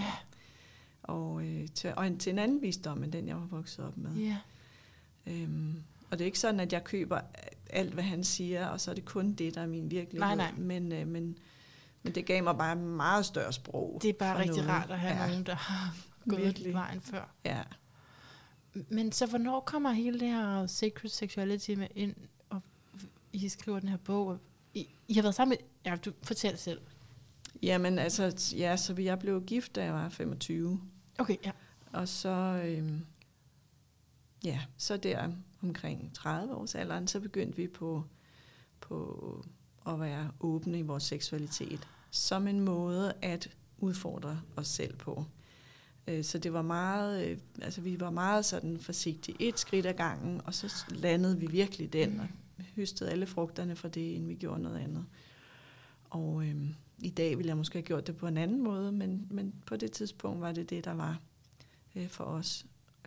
Og til en anden visdom, end den jeg var vokset op med. Og det er ikke sådan, at jeg køber alt, hvad han siger, og så er det kun det, der er min virkelighed. Nej. Men det gav mig bare meget større sprog. Det er bare rigtig rart at have nogen, der har gået vejen før. Ja. Men så hvornår kommer hele det her sacred sexuality med ind, og I skriver den her bog? Og I har været sammen med... Ja, du fortæller selv. Jamen altså, ja, så jeg blev gift, da jeg var 25. Okay, ja. Og så... så der omkring 30 års alderen, så begyndte vi på at være åbne i vores seksualitet, som en måde at udfordre os selv på. Så det var meget, vi var meget sådan forsigtige, et skridt ad gangen, og så landede vi virkelig den, og høstede alle frugterne fra det, inden vi gjorde noget andet. Og i dag ville jeg måske have gjort det på en anden måde, men på det tidspunkt var det det, der var for os.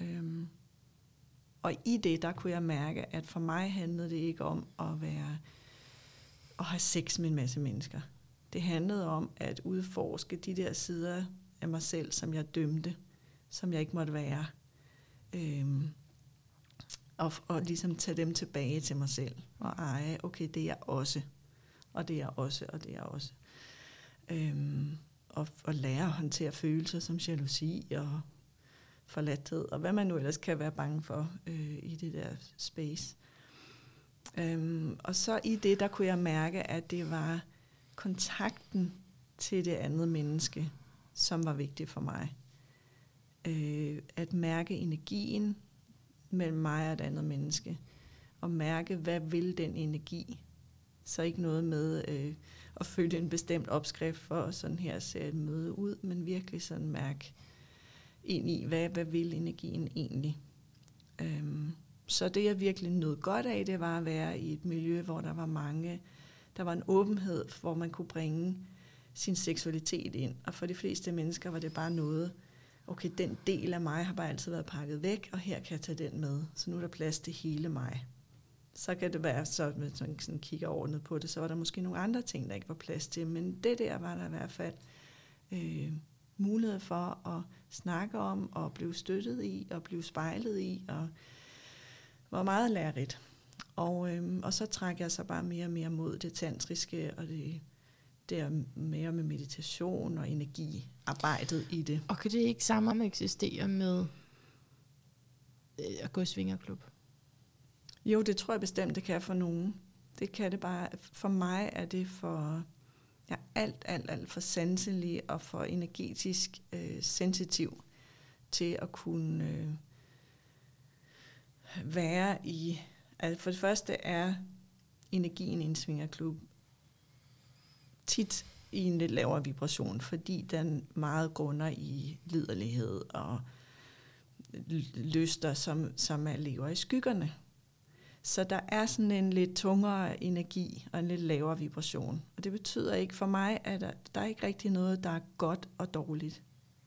Og i det, der kunne jeg mærke, at for mig handlede det ikke om at have sex med en masse mennesker. Det handlede om at udforske de der sider af mig selv, som jeg dømte, som jeg ikke måtte være. Og ligesom tage dem tilbage til mig selv. Og eje, okay, det er jeg også. Og det er jeg også, og det er jeg også. Og lære at håndtere følelser som jalousi og forladthed, og hvad man nu ellers kan være bange for i det der space. Og så i det, der kunne jeg mærke, at det var kontakten til det andet menneske, som var vigtigt for mig. At mærke energien mellem mig og et andet menneske, og mærke, hvad vil den energi Så ikke noget med at følge en bestemt opskrift for, sådan her ser et møde ud, men virkelig sådan mærke ind i, hvad vil energien egentlig. Så det jeg virkelig nød godt af, det var at være i et miljø, hvor der var en åbenhed, hvor man kunne bringe sin seksualitet ind. Og for de fleste mennesker var det bare noget, okay, den del af mig har bare altid været pakket væk, og her kan jeg tage den med. Så nu er der plads til hele mig. Så kan det være, så hvis man sådan kigger ordnet på det, så var der måske nogle andre ting, der ikke var plads til. Men det der var der i hvert fald mulighed for at snakke om, og blive støttet i, og blive spejlet i, og var meget lærerigt. Og så trækker jeg så bare mere og mere mod det tantriske, og det er mere med meditation og energiarbejdet i det. Og kan det ikke sammen eksistere med at gå i svingerklub? Jo, det tror jeg bestemt, det kan for nogen. Det kan det bare. For mig er det for alt for sanselig og for energetisk sensitiv til at kunne være i. Altså for det første er energien i en svingerklub tit i en lidt lavere vibration, fordi den meget grunder i liderlighed og lyster, som lever i skyggerne. Så der er sådan en lidt tungere energi og en lidt lavere vibration. Og det betyder ikke for mig, at der er ikke rigtig noget, der er godt og dårligt.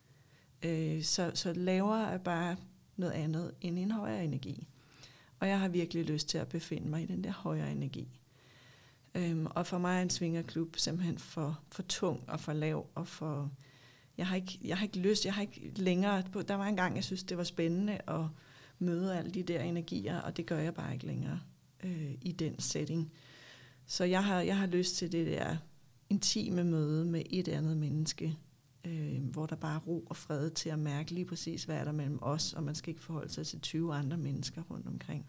Så lavere er bare noget andet end en højere energi. Og jeg har virkelig lyst til at befinde mig i den der højere energi. Og for mig er en svingerklub simpelthen for tung og for lav og for. Jeg har ikke lyst. Jeg har ikke længere. Der var en gang, jeg synes det var spændende at møde alle de der energier, og det gør jeg bare ikke længere i den setting. Så jeg har lyst til det der intime møde med et andet menneske, hvor der bare er ro og fred til at mærke lige præcis, hvad er der mellem os, og man skal ikke forholde sig til 20 andre mennesker rundt omkring.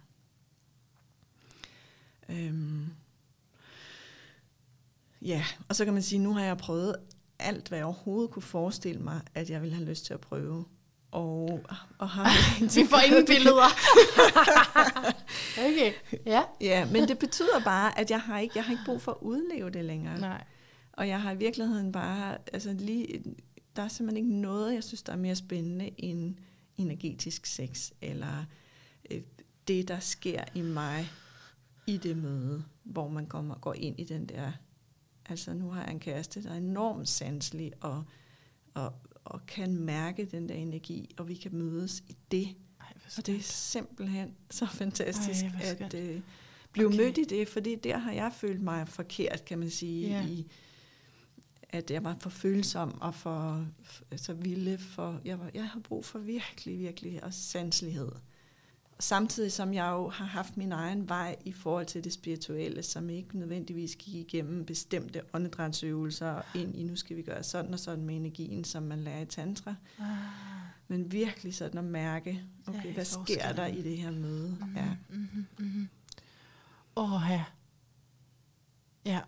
Ja, og så kan man sige, nu har jeg prøvet alt, hvad jeg overhovedet kunne forestille mig, at jeg ville have lyst til at prøve. Og har vi får ingen billeder. Okay, ja. Ja, men det betyder bare, at jeg har ikke brug for at udleve det længere. Nej. Og jeg har i virkeligheden bare, der er simpelthen ikke noget, jeg synes, der er mere spændende end energetisk sex, eller det, der sker i mig i det møde, hvor man går ind i den der. Altså nu har jeg en kæreste, der er enormt sanselig og kan mærke den der energi, og vi kan mødes i det. Og det er simpelthen så fantastisk at blive mødt i det, fordi der har jeg følt mig forkert, kan man sige, i at jeg var for følsom og for så vilde, jeg har brug for virkelig, virkelig og sanselighed. Samtidig som jeg jo har haft min egen vej i forhold til det spirituelle, som ikke nødvendigvis gik igennem bestemte åndedrætsøvelser ind i, nu skal vi gøre sådan og sådan med energien, som man lærer i tantra. Men virkelig sådan at mærke, okay, hvad sker der i det her møde? Ja. Ja.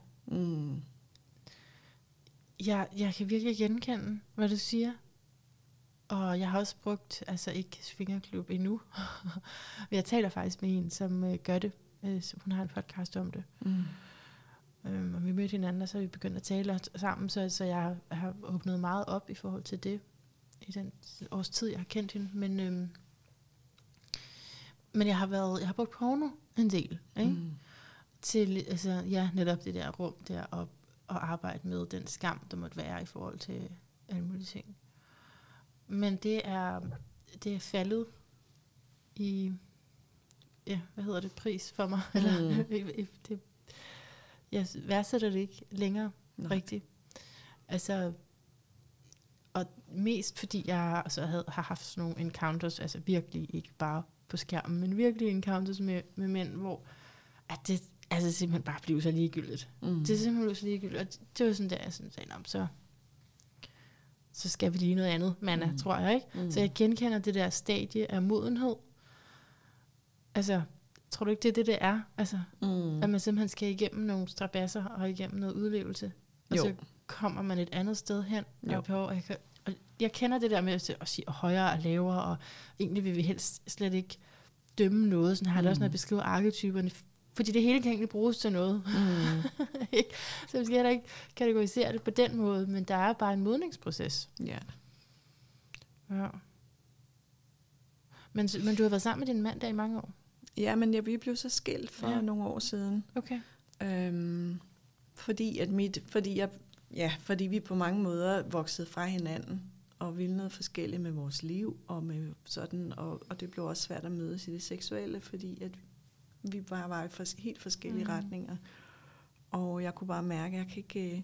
Jeg kan virkelig genkende, hvad du siger. Og jeg har også brugt, ikke svingerklub endnu. Jeg taler faktisk med en, som gør det. Hun har en podcast om det. Og vi mødte hinanden, og så har vi begyndt at tale sammen. Så jeg har åbnet meget op i forhold til det. I den års tid, jeg har kendt hende. Men jeg har brugt porno en del. Ikke? Til netop det der rum der, og arbejde med den skam, der måtte være i forhold til alle mulige ting. Men det er faldet i, pris for mig. Eller, jeg værdsætter det ikke længere rigtigt. Og mest fordi jeg har haft sådan nogle encounters, virkelig ikke bare på skærmen, men virkelig encounters med mænd, hvor at det simpelthen bare blev så ligegyldigt. Det er simpelthen blev så ligegyldigt. Og det var sådan der, jeg sagde, så skal vi lige noget andet, Manna, tror jeg, ikke? Så jeg genkender det der stadie af modenhed. Tror du ikke, det er? At man simpelthen skal igennem nogle strabasser og igennem noget udlevelse. Og så kommer man et andet sted hen. Og jeg kender det der med at sige højere og lavere, og egentlig vil vi helst slet ikke dømme noget. Sådan har det også, når jeg beskriver arketyperne, Fordi det hele kan egentlig bruges til noget. Så vi skal heller ikke kategorisere det på den måde, men der er bare en modningsproces. Ja. Ja. Men du har været sammen med din mand der i mange år? Ja, men vi blev så skilt for nogle år siden. Okay. Fordi vi på mange måder voksede fra hinanden og ville noget forskelligt med vores liv og med sådan, og det blev også svært at mødes i det seksuelle, fordi at vi bare var i helt forskellige retninger. Og jeg kunne bare mærke, at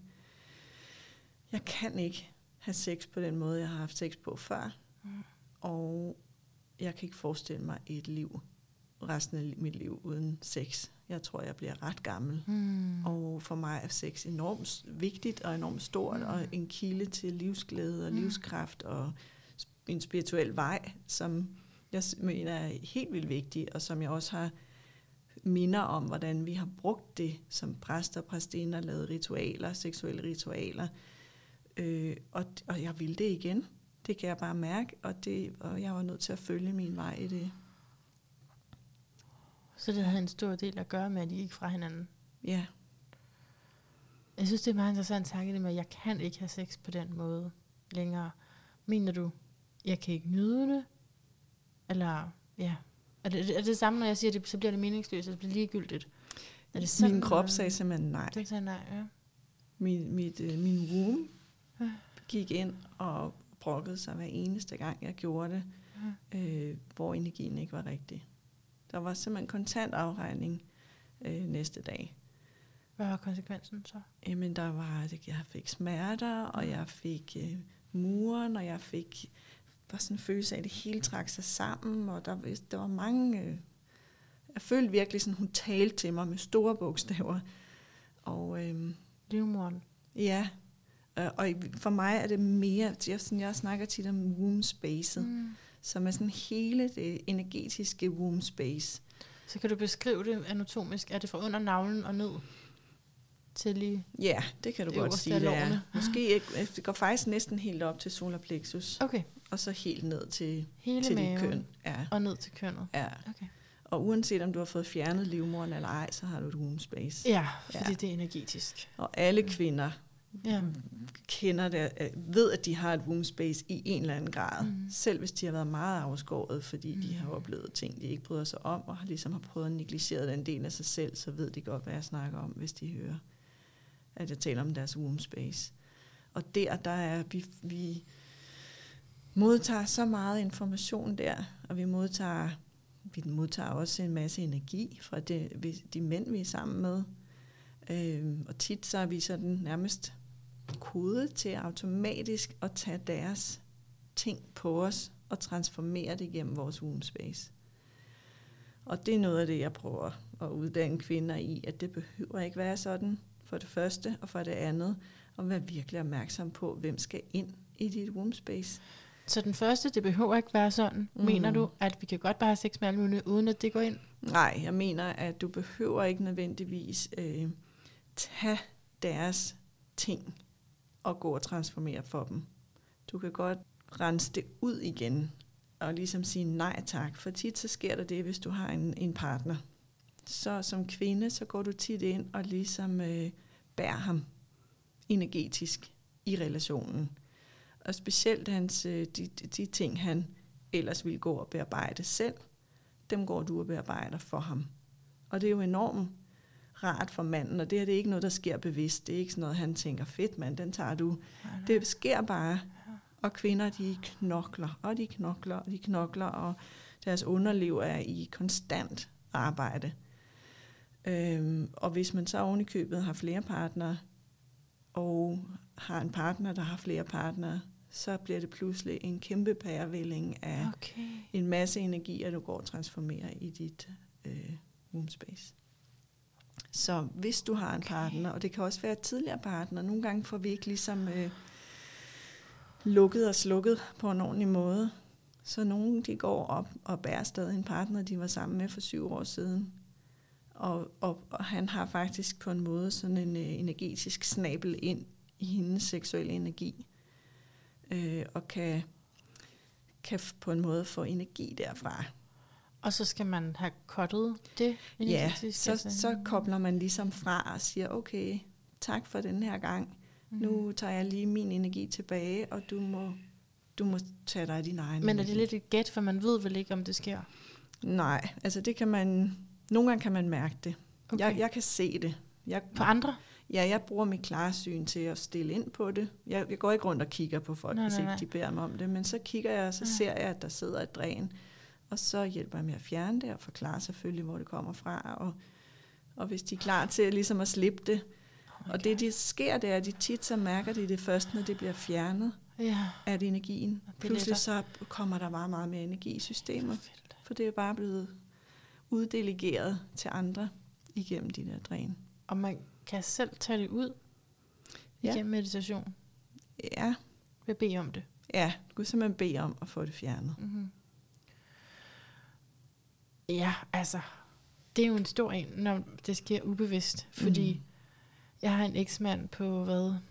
jeg kan ikke have sex på den måde, jeg har haft sex på før. Og jeg kan ikke forestille mig et liv, resten af mit liv uden sex. Jeg tror, jeg bliver ret gammel. Og for mig er sex enormt vigtigt og enormt stort, og en kilde til livsglæde og livskraft og en spirituel vej, som jeg mener er helt vildt vigtig, og som jeg også har minder om, hvordan vi har brugt det som præster og præstinder, lavet ritualer, seksuelle ritualer. Og jeg vil det igen. Det kan jeg bare mærke, og jeg var nødt til at følge min vej i det. Så det havde en stor del at gøre med, at I gik fra hinanden? Ja. Jeg synes, det er meget interessant tanke, det med, at jeg kan ikke have sex på den måde længere. Mener du, jeg kan ikke nyde det? Eller, ja. Er det samme, når jeg siger det, så bliver det meningsløst, det bliver ligegyldigt? Er det sådan, min krop sagde simpelthen nej. Den sagde nej, ja. Min womb gik ind og brokkede sig hver eneste gang, jeg gjorde det, hvor energien ikke var rigtig. Der var simpelthen kontant afregning næste dag. Hvad var konsekvensen så? Jamen, jeg fik smerter, og jeg fik muren, og jeg fik bare sådan en følelse af, at det hele trak sig sammen, og der var mange... jeg følte virkelig sådan, hun talte til mig med store bogstaver. Og livmoderen. Ja, og for mig er det mere, jeg snakker tit om womb spacet, som er sådan hele det energetiske womb space. Så kan du beskrive det anatomisk? Er det fra under navlen og ned til lige? Ja, det kan du godt sige, det er. Måske det går faktisk næsten helt op til solar plexus. Okay. Og så helt ned til dit køn. Ja. Og ned til kønnet. Ja. Okay. Og uanset om du har fået fjernet livmoderen eller ej, så har du et womb space. Ja, fordi det er energetisk. Og alle kvinder kender det, ved, at de har et womb space i en eller anden grad. Selv hvis de har været meget afskåret, fordi de har oplevet ting, de ikke bryder sig om, og ligesom har prøvet at negligere den del af sig selv, så ved de godt, hvad jeg snakker om, hvis de hører, at jeg taler om deres womb space. Og der er vi modtager så meget information der, og vi modtager også en masse energi fra de mænd, vi er sammen med. Og tit så er vi sådan nærmest kodet til automatisk at tage deres ting på os og transformere det igennem vores womb space. Og det er noget af det, jeg prøver at uddanne kvinder i, at det behøver ikke være sådan, for det første, og for det andet, at være virkelig opmærksom på, hvem skal ind i dit womb space. Så den første, det behøver ikke være sådan. Mener du, at vi kan godt bare have sex med alle mulige, uden at det går ind? Nej, jeg mener, at du behøver ikke nødvendigvis tage deres ting og gå og transformere for dem. Du kan godt rense det ud igen og ligesom sige nej tak. For tit så sker der det, hvis du har en partner. Så som kvinde, så går du tit ind og ligesom bærer ham energetisk i relationen. Og specielt de ting, han ellers ville gå og bearbejde selv, dem går du og bearbejder for ham. Og det er jo enormt rart for manden, og det her det er ikke noget, der sker bevidst. Det er ikke sådan noget, han tænker, fedt mand, den tager du. Nej. Det sker bare, og kvinder, de knokler, og de knokler, og de knokler, og deres underliv er i konstant arbejde. Og hvis man så oven i købet har flere partnere, og har en partner, der har flere partnere, så bliver det pludselig en kæmpe pærevælling af en masse energi, at du går og transformerer i dit womb space. Så hvis du har en partner, og det kan også være tidligere partner, nogle gange får vi ikke ligesom lukket og slukket på en ordentlig måde. Så nogle de går op og bærer stadig en partner, de var sammen med for 7 år siden. Og han har faktisk på en måde sådan en energetisk snabel ind i hendes seksuelle energi. Og kan på en måde få energi derfra. Og så skal man have cuttet det? Ja, så kobler man ligesom fra og siger, okay, tak for den her gang. Nu tager jeg lige min energi tilbage, og du må tage dig af din egen Men er energi. det lidt et gæt, for man ved vel ikke, om det sker? Nej, altså det kan man, nogle gange kan man mærke det. Okay. Jeg kan se det. På andre? Ja, jeg bruger mit klarsyn til at stille ind på det. Jeg går ikke rundt og kigger på folk, hvis ikke de beder mig om det, men så kigger jeg, og så ser jeg, at der sidder et dræn, og så hjælper jeg med at fjerne det, og forklare selvfølgelig, hvor det kommer fra, og hvis de er klar til ligesom at slippe det. Og det, de sker, det er, at de tit så mærker de det først, når det bliver fjernet af energien. Pludselig så kommer der meget, meget mere energi i systemet, for det er bare blevet uddelegeret til andre igennem de der dræn. Og man kan selv tage det ud igennem meditation? Ja. Ved at bede om det? Ja, du kan simpelthen bede om at få det fjernet. Mm-hmm. Ja, altså, det er jo en stor en, når det sker ubevidst, fordi jeg har en eksmand på,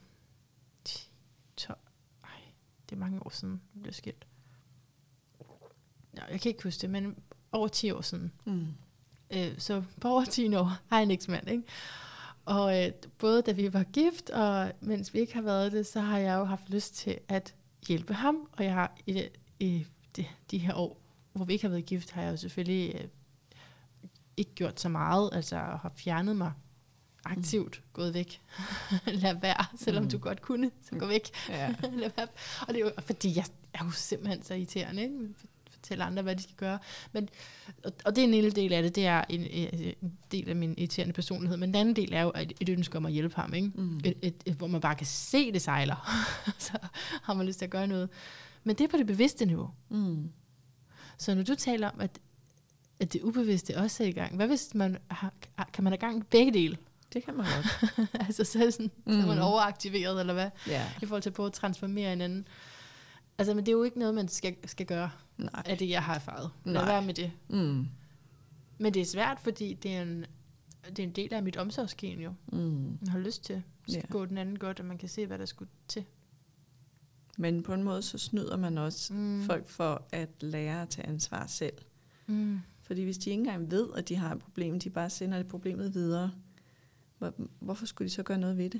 12, det er mange år siden, jeg blev skilt. Ja, jeg kan ikke huske det, men over 10 år siden. Så på over 10 år har jeg en eksmand, ikke? Og både da vi var gift, og mens vi ikke har været det, så har jeg jo haft lyst til at hjælpe ham. Og jeg har i de her år, hvor vi ikke har været gift, har jeg jo selvfølgelig ikke gjort så meget. Altså har fjernet mig aktivt, gået væk. Lad være, selvom du godt kunne, så gå væk. Ja. Lad være. Og det er jo, fordi jeg er jo simpelthen så irriterende, ikke? Fortælle andre, hvad de skal gøre. Men, og det er en lille del af det, det er en del af min irriterende personlighed, men den anden del er jo et ønske om at hjælpe ham, ikke? Hvor man bare kan se det sejler, så har man lyst til at gøre noget. Men det er på det bevidste niveau. Så når du taler om, at det ubevidste også er i gang, hvad hvis man kan man have gang i begge dele? Det kan man godt. Altså så er man overaktiveret, eller hvad? I forhold til at prøve at transformere hinanden. Altså, men det er jo ikke noget, man skal gøre. Nej. Af det, jeg har erfaret. Lad være med det. Men det er svært, fordi det er en del af mit omsorgsgen jo. Man har lyst til at gå den anden godt, og man kan se, hvad der skulle til. Men på en måde, så snyder man også folk for at lære at tage ansvar selv. Fordi hvis de ikke engang ved, at de har et problem, de bare sender det problemet videre, hvorfor skulle de så gøre noget ved det?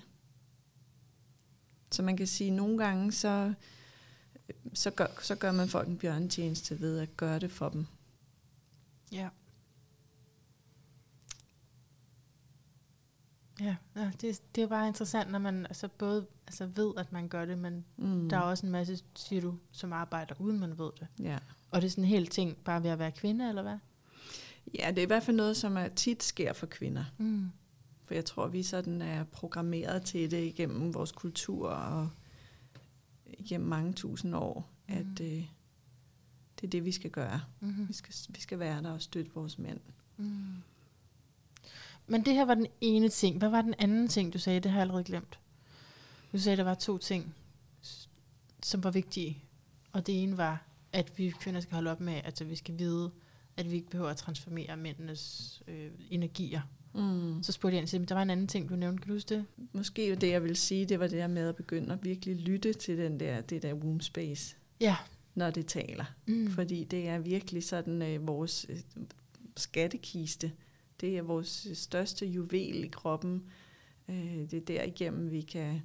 Så man kan sige, at nogle gange, så gør man folk en bjørnetjeneste ved at gøre det for dem. Ja. Ja, det er bare interessant, når man både ved, at man gør det, men der er også en masse, siger du, som arbejder uden man ved det. Ja. Og det er sådan en hel ting, bare ved at være kvinde, eller hvad? Ja, det er i hvert fald noget, som tit sker for kvinder. For jeg tror, vi sådan er programmeret til det igennem vores kultur og igennem mange tusind år, at det er det, vi skal gøre. Vi skal være der og støtte vores mænd. Men det her var den ene ting. Hvad var den anden ting, du sagde? Det har jeg allerede glemt. Du sagde, der var 2 ting, som var vigtige. Og det ene var, at vi kvinder skal holde op med, at vi skal vide, at vi ikke behøver at transformere mændenes energier. Så spurgte jeg ind, der var en anden ting, du nævnte. Kan du huske det? Måske det, jeg vil sige, det var det her med at begynde at virkelig lytte til det der womb space. Ja. Når det taler. Fordi det er virkelig sådan vores skattekiste. Det er vores største juvel i kroppen. Det er derigennem, vi kan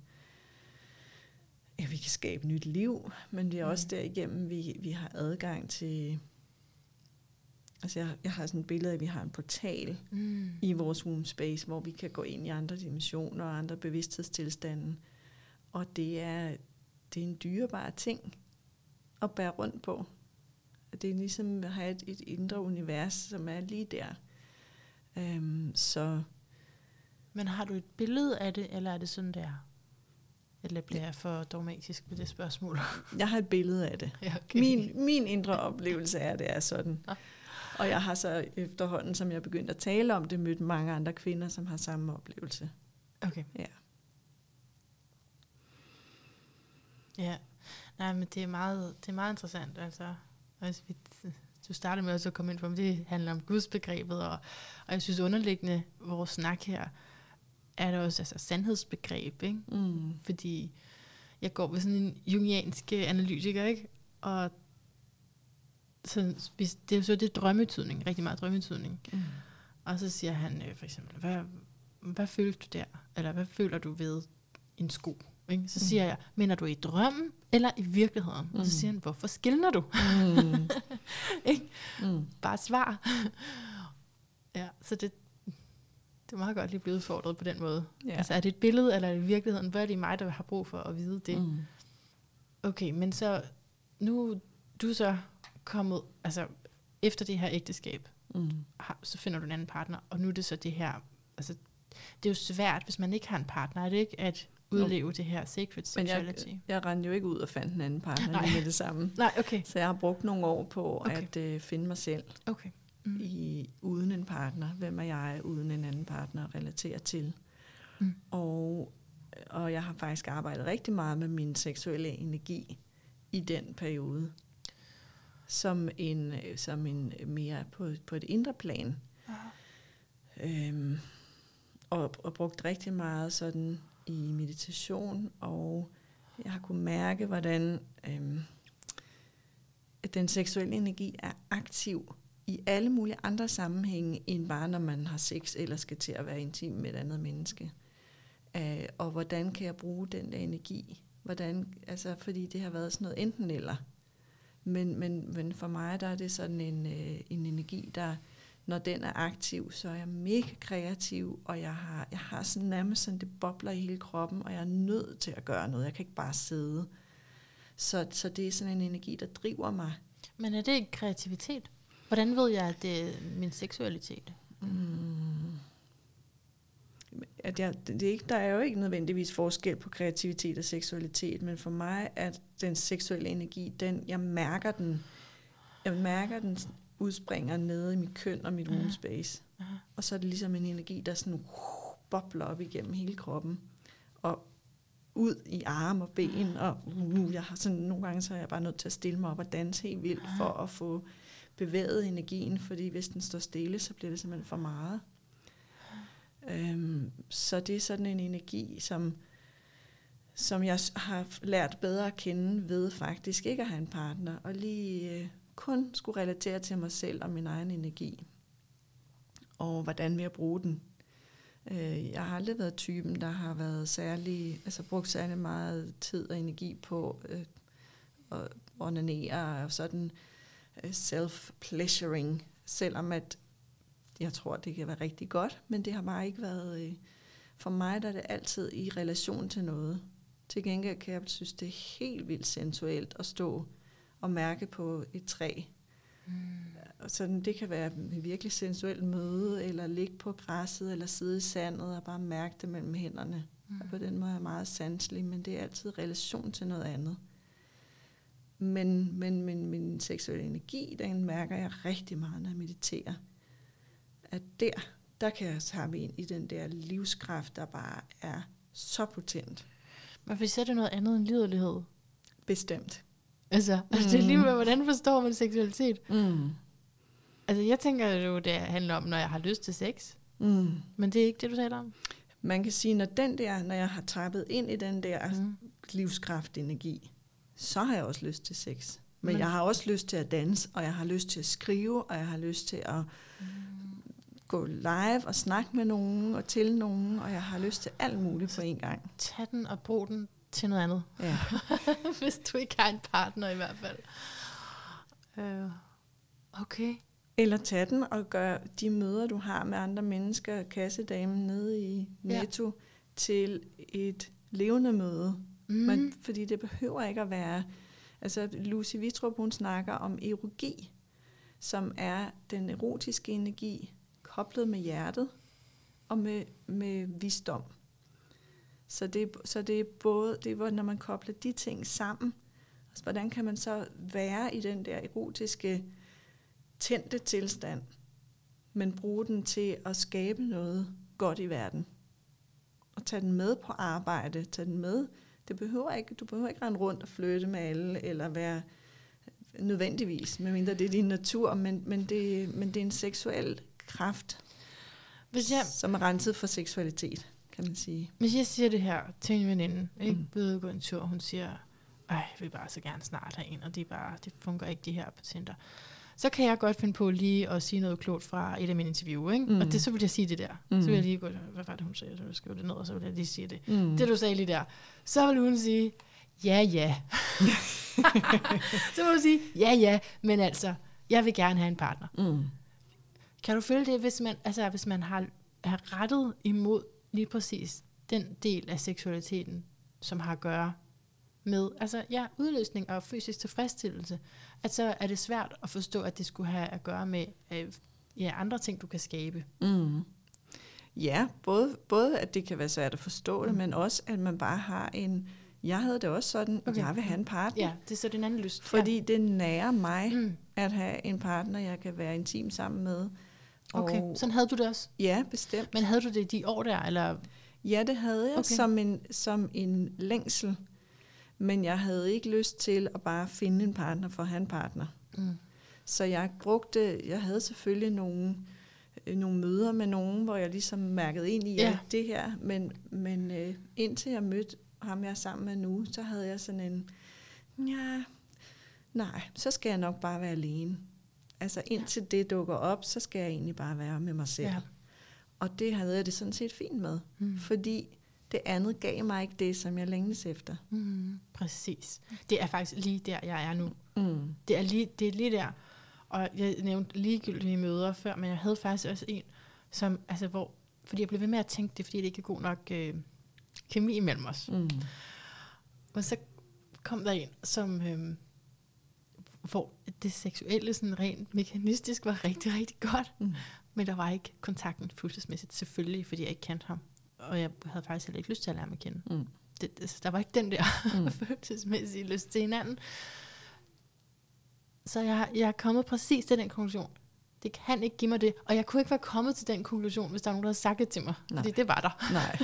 skabe nyt liv, men det er også derigennem, vi har adgang til. Altså jeg har sådan et billede af, at vi har en portal i vores womb space, hvor vi kan gå ind i andre dimensioner og andre bevidsthedstilstande. Og det er en dyrebar ting at bære rundt på. Det er ligesom at have et indre univers, som er lige der. Så. Men har du et billede af det, eller er det sådan der? Eller bliver jeg for dogmatisk med det spørgsmål? Jeg har et billede af det. Ja, okay. Min indre oplevelse er, det er sådan. Ja. Og jeg har så efterhånden, som jeg begyndte at tale om det, mødt mange andre kvinder, som har samme oplevelse. Okay. Ja. Ja. Nej, men det er meget interessant. Altså du startede med at komme ind på, om det handler om gudsbegrebet, og jeg synes underliggende vores snak her, er der også sandhedsbegreb, ikke? Fordi jeg går ved sådan en jungiansk analytiker, ikke? Og det er jo så det drømmetydning, rigtig meget drømmetydning. Og så siger han for eksempel, hvad følte du der? Eller hvad føler du ved en sko? Ikke? Så siger jeg, mener du i drømmen eller i virkeligheden? Og så siger han, hvorfor skilner du? Bare svar. Ja, så det er meget godt lige blive udfordret på den måde. Ja. Altså er det et billede, eller er det i virkeligheden? Hvad er det mig, der har brug for at vide det? Okay, men så nu du så kommet, altså efter det her ægteskab, så finder du en anden partner, og nu er det så det her, altså det er jo svært, hvis man ikke har en partner, er det ikke, at udleve det her sacred sexuality? Men jeg rendte jo ikke ud og fandt en anden partner lige med det samme. Nej, okay. Så jeg har brugt nogle år på at finde mig selv. Okay. Uden en partner. Hvem er jeg uden en anden partner at relatere til? Og jeg har faktisk arbejdet rigtig meget med min seksuelle energi i den periode. Som en mere på et indre plan. Og brugt rigtig meget sådan i meditation, og jeg har kunnet mærke, hvordan at den seksuelle energi er aktiv i alle mulige andre sammenhænge, end bare når man har sex, eller skal til at være intim med et andet menneske. Og hvordan kan jeg bruge den der energi? Fordi det har været sådan noget enten eller. Men for mig, der er det sådan en energi, der, når den er aktiv, så er jeg mega kreativ, og jeg har sådan nærmest sådan, det bobler i hele kroppen, og jeg er nødt til at gøre noget. Jeg kan ikke bare sidde. Så det er sådan en energi, der driver mig. Men er det ikke kreativitet? Hvordan ved jeg, at det er min seksualitet? Der er jo ikke nødvendigvis forskel på kreativitet og seksualitet, men for mig er den seksuelle energi, jeg mærker den udspringer nede i mit køn og mit womb space. Og så er det ligesom en energi, der sådan bobler op igennem hele kroppen og ud i arme og ben, og jeg har sådan nogle gange, så er jeg bare nødt til at stille mig op og danse helt vildt for at få bevæget energien, fordi hvis den står stille, så bliver det simpelthen for meget. Så det er sådan en energi, som jeg har lært bedre at kende ved faktisk ikke at have en partner, og lige kun skulle relatere til mig selv og min egen energi, og hvordan vil jeg bruge den. Jeg har aldrig været typen, der har været brugt særlig meget tid og energi på at onanere og sådan self-pleasuring, selvom at jeg tror, det kan være rigtig godt, men det har bare ikke været, for mig der er det altid i relation til noget. Til gengæld kan jeg synes, det er helt vildt sensuelt at stå og mærke på et træ. Så det kan være et virkelig sensuelt møde, eller ligge på græsset, eller sidde i sandet og bare mærke det mellem hænderne. Og på den måde er jeg meget sanselig, men det er altid relation til noget andet. Men min seksuelle energi, den mærker jeg rigtig meget, når jeg mediterer. At der kan jeg tappe ind i den der livskraft, der bare er så potent. Men hvis det er noget andet end liderlighed? Bestemt. Altså det er lige med, hvordan forstår man seksualitet? Altså jeg tænker jo, det handler om, når jeg har lyst til sex. Men det er ikke det, du taler om? Man kan sige, når jeg har tappet ind i den der livskraftenergi, så har jeg også lyst til sex. Men jeg har også lyst til at danse, og jeg har lyst til at skrive, og jeg har lyst til at gå live og snakke med nogen og til nogen, og jeg har lyst til alt muligt på en gang. Tag den og brug den til noget andet. Ja. Hvis du ikke har en partner i hvert fald. Okay. Eller tag den og gør de møder, du har med andre mennesker, kassedamen nede i Netto, til et levende møde. Fordi det behøver ikke at være... Altså Lucy Wittrup, hun snakker om erogi, som er den erotiske energi, koblet med hjertet og med visdom. Så det er både, når man kobler de ting sammen, altså, hvordan kan man så være i den der erotiske tændte tilstand, men bruge den til at skabe noget godt i verden. Og tage den med på arbejde, tage den med. Du behøver ikke rende rundt og flytte med alle, eller være nødvendigvis, medmindre det er din natur, men det er en seksuel kraft, som er renset for seksualitet, kan man sige. Hvis jeg siger det her til en veninde, ikke ved at gå en tur, hun siger, jeg vil bare så gerne snart have en, og det fungerer ikke, de her patienter. Så kan jeg godt finde på lige at sige noget klogt fra et af mine interview, ikke? Og så vil jeg sige det der. Så vil jeg lige gå, hvad var det, hun sagde? Så vil jeg skrive det ned, og så vil jeg lige sige det. Det, du sagde lige der. Så vil hun sige, ja. Så vil hun sige, ja, men altså, jeg vil gerne have en partner. Kan du føle det, hvis man har rettet imod lige præcis den del af seksualiteten, som har at gøre med udløsning og fysisk tilfredsstillelse, at så er det svært at forstå, at det skulle have at gøre med andre ting, du kan skabe. Ja, både at det kan være svært at forstå det, men også at man bare har jeg havde det også sådan, at jeg vil have en partner. Ja, det er så den anden lyst. Fordi det nærer mig at have en partner, jeg kan være intim sammen med. Okay, sådan havde du det også? Ja, bestemt. Men havde du det de år der, eller? Ja, det havde jeg som en længsel. Men jeg havde ikke lyst til at bare finde en partner for at have en partner. Så jeg havde selvfølgelig nogle møder med nogen, hvor jeg ligesom mærkede ind i det her. Men indtil jeg mødte ham, jeg er sammen med nu, så havde jeg sådan så skal jeg nok bare være alene. Altså indtil det dukker op, så skal jeg egentlig bare være med mig selv. Ja. Og det havde jeg det sådan set fint med. Fordi det andet gav mig ikke det, som jeg længes efter. Præcis. Det er faktisk lige der, jeg er nu. Det er lige der. Og jeg nævnte ligegyldige møder før, men jeg havde faktisk også en, som, fordi jeg blev ved med at tænke det, fordi det ikke er god nok kemi imellem os. Og så kom der en, som hvor det seksuelle sådan rent mekanistisk var rigtig, rigtig godt. Men der var ikke kontakten følelsesmæssigt, selvfølgelig, fordi jeg ikke kendte ham. Og jeg havde faktisk heller ikke lyst til at lære mig at kende. Der var ikke den der følelsesmæssige lyst til hinanden. Så jeg er kommet præcis til den konklusion. Det kan ikke give mig det. Og jeg kunne ikke være kommet til den konklusion, hvis der var nogen, der havde sagt det til mig. Nej. Fordi det var der. Nej.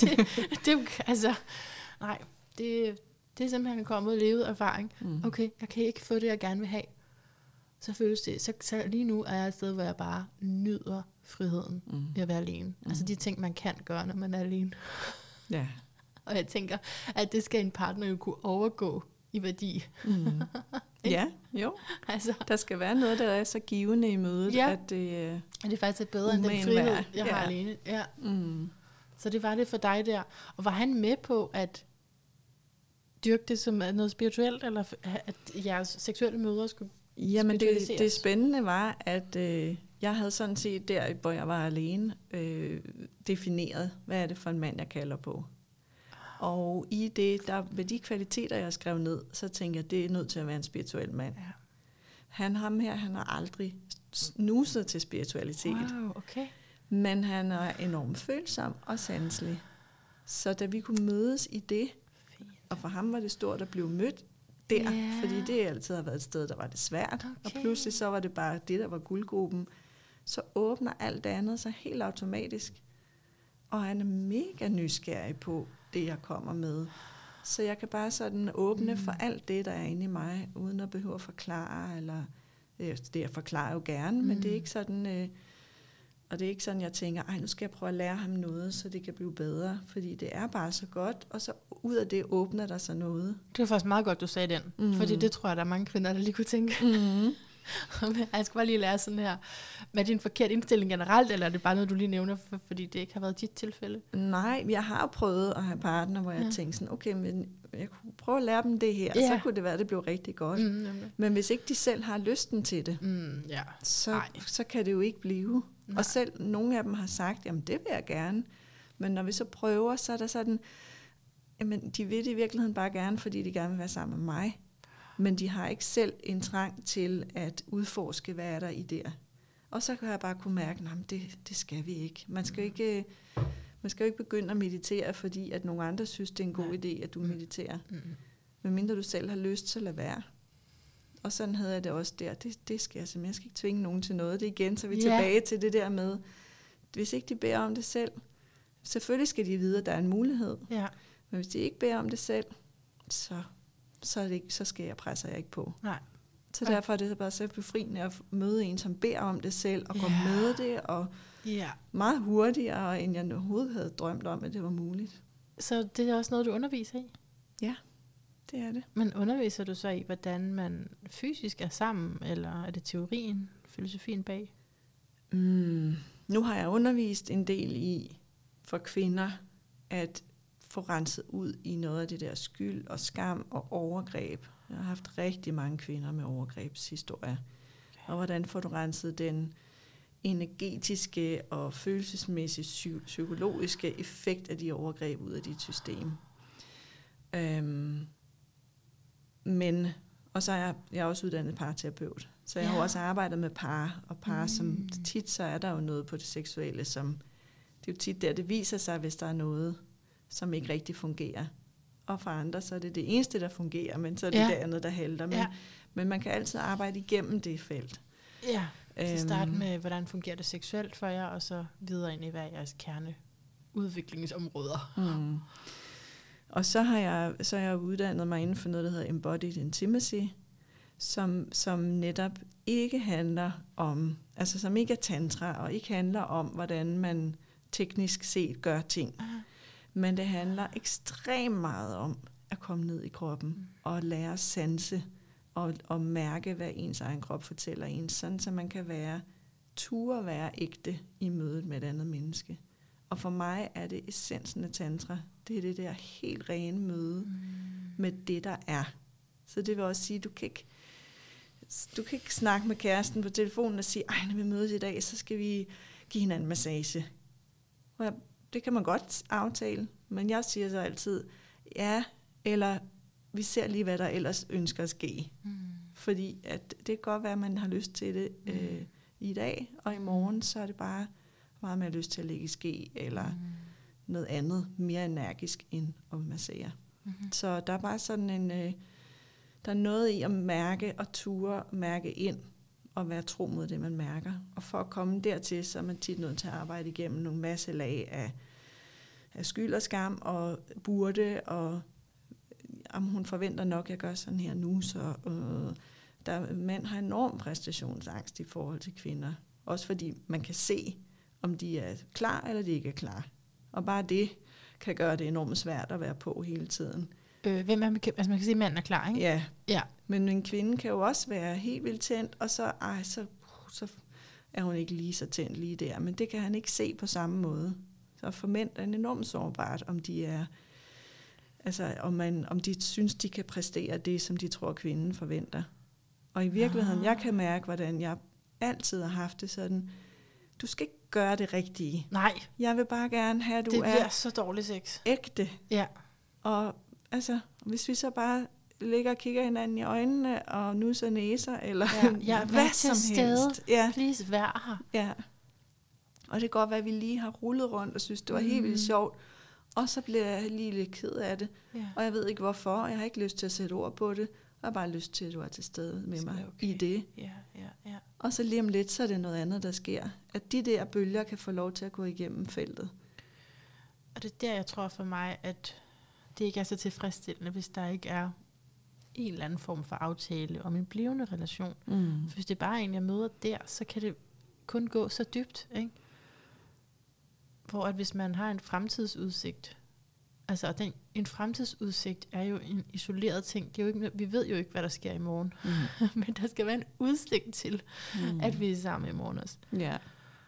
Og det er simpelthen kommet og levet erfaring. Okay, jeg kan ikke få det, jeg gerne vil have. Så føles det. Så lige nu er jeg et sted, hvor jeg bare nyder friheden ved at være alene. Altså de ting, man kan gøre, når man er alene. Ja. Og jeg tænker, at det skal en partner jo kunne overgå i værdi. Ja, jo. Der skal være noget, der er så givende i mødet, at det er faktisk bedre end den frihed, jeg har alene. Ja. Så det var det for dig der. Og var han med på at dyrke det som noget spirituelt, eller at jeres seksuelle møder skulle Jamen det spændende var, at jeg havde sådan set der, hvor jeg var alene, defineret, hvad er det for en mand, jeg kalder på. Og i det, ved de kvaliteter, jeg skrev ned, så tænkte jeg, det er nødt til at være en spirituel mand. Ja. Han har aldrig snuset til spiritualitet. Wow, okay. Men han er enormt følsom og sanselig. Så da vi kunne mødes i det, og for ham var det stort at blive mødt der, fordi det altid har været et sted, der var det svært. Okay. Og pludselig så var det bare det, der var guldgruppen. Så åbner alt det andet sig helt automatisk. Og han er mega nysgerrig på det, jeg kommer med. Så jeg kan bare sådan åbne for alt det, der er inde i mig, uden at behøve at forklare, eller det jeg forklarer jo gerne, men det er ikke sådan, og det er ikke sådan, jeg tænker, nu skal jeg prøve at lære ham noget, så det kan blive bedre, fordi det er bare så godt, og så ud af det åbner der sig noget. Det var faktisk meget godt, du sagde den, fordi det tror jeg, der er mange kvinder, der lige kunne tænke. Jeg skal bare lige lære sådan her. Men er det en forkert indstilling generelt, eller er det bare noget, du lige nævner, fordi det ikke har været dit tilfælde? Nej, jeg har prøvet at have partner, hvor jeg tænkte sådan, okay, men jeg kunne prøve at lære dem det her, så kunne det være, at det blev rigtig godt. Men hvis ikke de selv har lysten til det, så kan det jo ikke blive. Nej. Og selv nogle af dem har sagt, jamen det vil jeg gerne. Men når vi så prøver, så er der sådan, jamen de vil det i virkeligheden bare gerne, fordi de gerne vil være sammen med mig. Men de har ikke selv en trang til at udforske, hvad er der i der. Og så kan jeg bare kunne mærke, at det skal vi ikke. Man skal jo ikke begynde at meditere, fordi at nogle andre synes, det er en god idé, at du mediterer. Men mindre du selv har lyst til at være. Og sådan havde jeg det også der. Det skal jeg simpelthen. Jeg skal ikke tvinge nogen til noget. Det igen, så er vi tilbage til det der med, hvis ikke de beder om det selv, selvfølgelig skal de vide, at der er en mulighed. Ja. Men hvis de ikke beder om det selv, så presser jeg ikke på. Nej. Så derfor er det bare så befriende at møde en, som beder om det selv, og gå med det, og meget hurtigere, end jeg overhovedet havde drømt om, at det var muligt. Så det er også noget, du underviser i? Ja. Det er det. Men underviser du så i, hvordan man fysisk er sammen, eller er det teorien, filosofien bag? Nu har jeg undervist en del i for kvinder at få renset ud i noget af det der skyld og skam og overgreb. Jeg har haft rigtig mange kvinder med overgrebshistorie. Og hvordan får du renset den energetiske og følelsesmæssige psykologiske effekt af de overgreb ud af dit system. Og så er jeg også uddannet parterapeut. Så jeg har også arbejdet med par, som tit så er der jo noget på det seksuelle, som det er jo tit der, det viser sig, hvis der er noget, som ikke rigtig fungerer. Og for andre, så er det det eneste, der fungerer, men så er det det andet, der halter. Men man kan altid arbejde igennem det felt. Ja, så start med, hvordan fungerer det seksuelt for jer, og så videre ind i hver jeres kerneudviklingsområder. Og så har jeg uddannet mig inden for noget, der hedder Embodied Intimacy, som netop ikke handler om, altså som ikke er tantra, og ikke handler om, hvordan man teknisk set gør ting. Men det handler ekstremt meget om at komme ned i kroppen, og lære at sanse, og mærke, hvad ens egen krop fortæller en, sådan så man kan ture være ægte i mødet med et andet menneske. Og for mig er det essensen af tantra. Det er det der helt rene møde med det, der er. Så det vil også sige, du kan ikke snakke med kæresten på telefonen og sige, når vi mødes i dag, så skal vi give hinanden massage. Det kan man godt aftale, men jeg siger så altid, ja, eller vi ser lige, hvad der ellers ønsker at ske. Fordi at det kan godt være, at man har lyst til det i dag, og i morgen, så er det bare meget mere lyst til at ligge i ske, eller noget andet, mere energisk end at massere. Så der er bare sådan der er noget i at mærke og ture, mærke ind, og være tro mod det, man mærker. Og for at komme dertil, så er man tit nødt til at arbejde igennem nogle masse lag af skyld og skam, og burde, og om hun forventer nok, at jeg gør sådan her nu, så mænd har enorm præstationsangst i forhold til kvinder. Også fordi man kan se, om de er klar, eller de ikke er klar. Og bare det kan gøre det enormt svært at være på hele tiden. Hvem er man kan se, at manden er klar, ikke? Ja. Men en kvinde kan jo også være helt vildt tændt, og så er hun ikke lige så tændt lige der. Men det kan han ikke se på samme måde. Så for mænd er det enormt sårbart, om de er, om de synes, de kan præstere det, som de tror, kvinden forventer. Og i virkeligheden, jeg kan mærke, hvordan jeg altid har haft det sådan, du skal ikke gøre det rigtige. Nej. Jeg vil bare gerne have, at du det bliver så dårlig sex. Ægte. Ja. Og hvis vi så bare ligger og kigger hinanden i øjnene, og nusser næser, eller hvad som helst. Ja. Please, vær her. Ja. Og det kan godt være, at vi lige har rullet rundt, og synes, det var helt vildt sjovt. Og så bliver jeg lige lidt ked af det. Ja. Og jeg ved ikke hvorfor, og jeg har ikke lyst til at sætte ord på det. Jeg har bare lyst til, at du er til stede med mig i det. Ja. Og så lige om lidt, så er det noget andet, der sker. At de der bølger kan få lov til at gå igennem feltet. Og det er der, jeg tror for mig, at det ikke er så tilfredsstillende, hvis der ikke er en eller anden form for aftale om en blivende relation. For hvis det bare er en, jeg møder der, så kan det kun gå så dybt, ikke? Hvor at hvis man har en fremtidsudsigt, altså en fremtidsudsigt er jo en isoleret ting. Det er jo ikke, vi ved jo ikke, hvad der sker i morgen. Men der skal være en udsigt til, at vi er sammen i morgen også. Ja.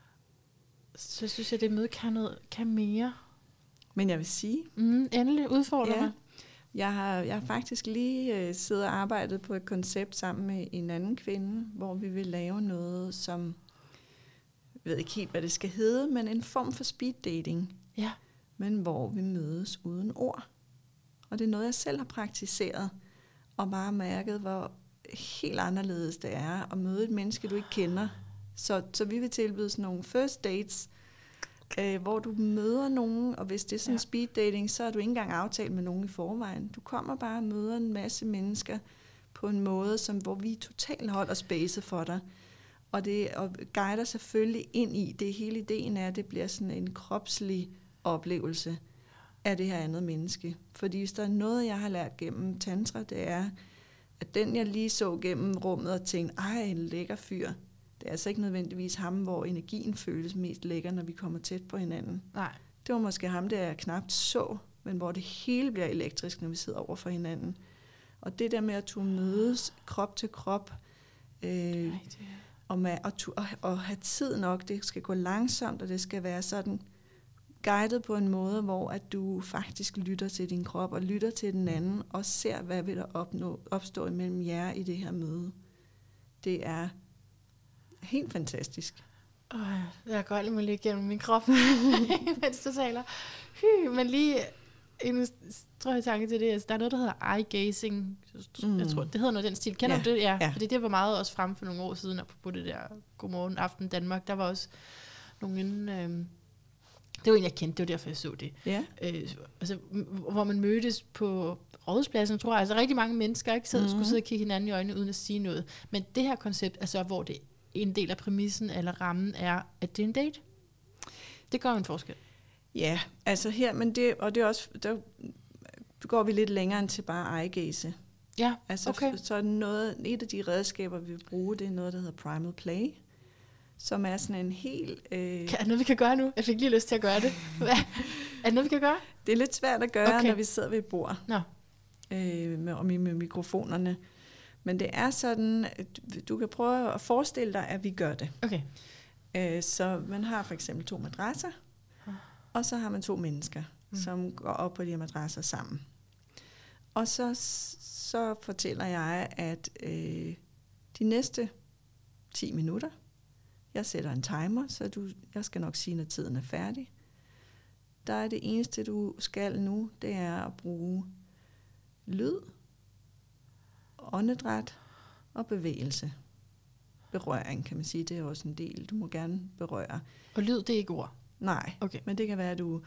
Så synes jeg, at det møde kan mere. Men jeg vil sige... endelig udfordrer mig. Jeg har faktisk lige siddet og arbejdet på et koncept sammen med en anden kvinde, hvor vi vil lave noget, som... Jeg ved ikke helt, hvad det skal hedde, men en form for speed dating. Ja. Men hvor vi mødes uden ord. Og det er noget, jeg selv har praktiseret, og bare mærket, hvor helt anderledes det er at møde et menneske, du ikke kender. Så vi vil tilbyde sådan nogle first dates, hvor du møder nogen, og hvis det er sådan speed dating, så er du ikke engang aftalt med nogen i forvejen. Du kommer bare og møder en masse mennesker på en måde, hvor vi totalt holder space for dig. Og guider selvfølgelig ind i det. Hele ideen er, at det bliver sådan en kropslig oplevelse af det her andet menneske. Fordi hvis der er noget, jeg har lært gennem tantra, det er, at den, jeg lige så gennem rummet og tænkte, en lækker fyr, det er altså ikke nødvendigvis ham, hvor energien føles mest lækker, når vi kommer tæt på hinanden. Nej. Det var måske ham, der jeg knapt så, men hvor det hele bliver elektrisk, når vi sidder over for hinanden. Og det der med at turde mødes krop til krop, og have tid nok, det skal gå langsomt, og det skal være sådan guidet på en måde, hvor at du faktisk lytter til din krop, og lytter til den anden, og ser, hvad vil der opstå imellem jer i det her møde. Det er helt fantastisk. Jeg går aldrig lige igennem min krop, mens du taler. Men lige en tanke til det. Altså, der er noget, der hedder eye gazing. Jeg tror, det hedder noget den stil. Kender du det? Ja. Fordi det var meget også fremme for nogle år siden, på det der Godmorgen Aften Danmark. Der var også nogle... det var en, jeg kendte. Det var derfor, jeg så det. Ja. Altså, hvor man mødtes på Rådhuspladsen, tror jeg. Altså rigtig mange mennesker ikke skulle sidde og kigge hinanden i øjnene, uden at sige noget. Men det her koncept, altså hvor det en del af præmissen eller rammen er, at det er en date. Det gør en forskel. Ja, altså her, men det er også, der går vi lidt længere end til bare eye-gaze. Ja, altså, okay. Så et af de redskaber, vi vil bruge, det er noget, der hedder primal play, som er sådan en helt... Er det noget, vi kan gøre nu? Jeg fik lige lyst til at gøre det. Er det noget, vi kan gøre? Det er lidt svært at gøre, når vi sidder ved et bord. Nå. Med mikrofonerne. Men det er sådan, du kan prøve at forestille dig, at vi gør det. Okay. Så man har for eksempel 2 madrasser, og så har man 2 mennesker, som går op på de her madrasser sammen. Og så fortæller jeg, at de næste 10 minutter, jeg sætter en timer, så jeg skal nok sige, når tiden er færdig. Der er det eneste, du skal nu, det er at bruge lyd, åndedræt og bevægelse. Berøring, kan man sige, det er også en del. Du må gerne berøre. Og lyd, det er ikke ord? Nej, okay. Men det kan være, at du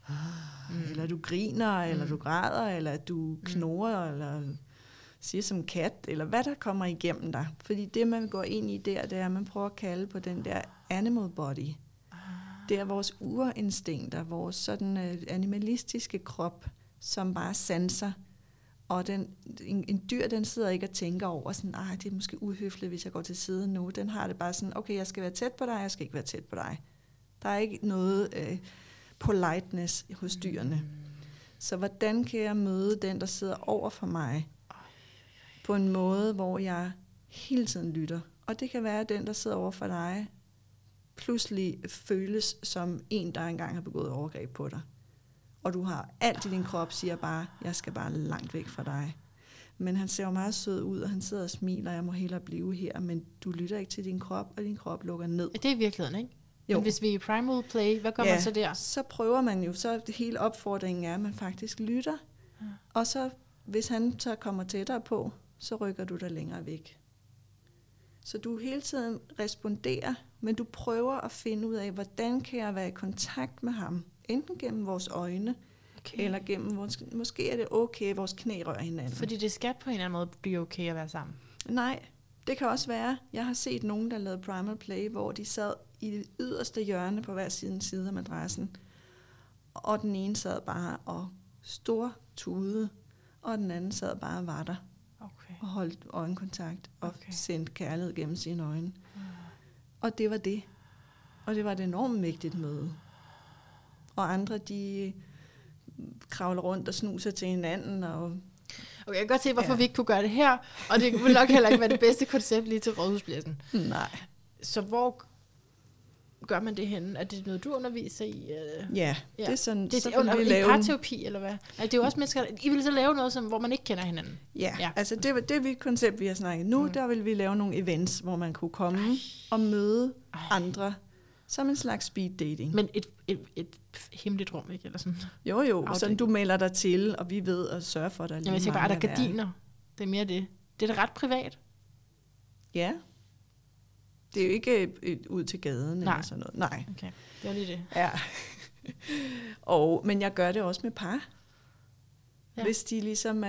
eller du griner, eller du græder, eller at du knurrer, eller siger som kat, eller hvad der kommer igennem dig. Fordi det, man går ind i der, det er, at man prøver at kalde på den der animal body. Det er vores urinstinkter, vores sådan animalistiske krop, som bare sanser. Og en dyr, den sidder ikke og tænker over sådan, det er måske uhøfligt, hvis jeg går til siden nu. Den har det bare sådan, okay, jeg skal være tæt på dig, jeg skal ikke være tæt på dig. Der er ikke noget politeness hos dyrene. Så hvordan kan jeg møde den, der sidder over for mig, på en måde, hvor jeg hele tiden lytter? Og det kan være, at den, der sidder over for dig, pludselig føles som en, der engang har begået overgreb på dig. Og du har alt i din krop, siger bare, jeg skal bare langt væk fra dig. Men han ser jo meget sød ud, og han sidder og smiler, jeg må hellere blive her, men du lytter ikke til din krop, og din krop lukker ned. Det er i virkeligheden, ikke? Jo. Men hvis vi er i primal play, hvad gør man så der? Så prøver man jo, så hele opfordringen er, at man faktisk lytter. Ja. Og så, hvis han så kommer tættere på, så rykker du dig længere væk. Så du hele tiden responderer, men du prøver at finde ud af, hvordan kan jeg være i kontakt med ham? Enten gennem vores øjne, eller gennem måske er det okay, vores knæ rører hinanden. Fordi det skal på en eller anden måde blive okay at være sammen? Nej, det kan også være. Jeg har set nogen, der lavede primal play, hvor de sad i det yderste hjørne på hver side af madrassen. Og den ene sad bare og stortudede, og den anden sad bare og var der. Okay. Og holdt øjenkontakt og sendte kærlighed gennem sine øjne. Og det var det. Og det var et enormt vigtigt møde. Og andre, de kravler rundt og snuser til hinanden. Og okay, jeg kan godt se, hvorfor vi ikke kunne gøre det her. Og det vil nok heller ikke være det bedste koncept lige til Rådhuspladsen. Nej. Så hvor gør man det henne? Er det noget, du underviser i? Ja, det er sådan... Det er under i parterapi, eller hvad? Altså, det er jo også mennesker... I vil så lave noget, hvor man ikke kender hinanden? Ja. Altså det koncept, vi har snakket nu, der vil vi lave nogle events, hvor man kunne komme og møde andre, som en slags speed dating. Men et hemmeligt rum, ikke? Eller sådan. Jo, sådan du melder dig til, og vi ved at sørge for dig. Jamen, jeg tænker bare, er der gardiner? Det er mere det. Det er da ret privat. Ja. Det er jo ikke ud til gaden eller sådan noget. Nej. Okay, det var lige det. Ja. Men jeg gør det også med par. Ja. Hvis de ligesom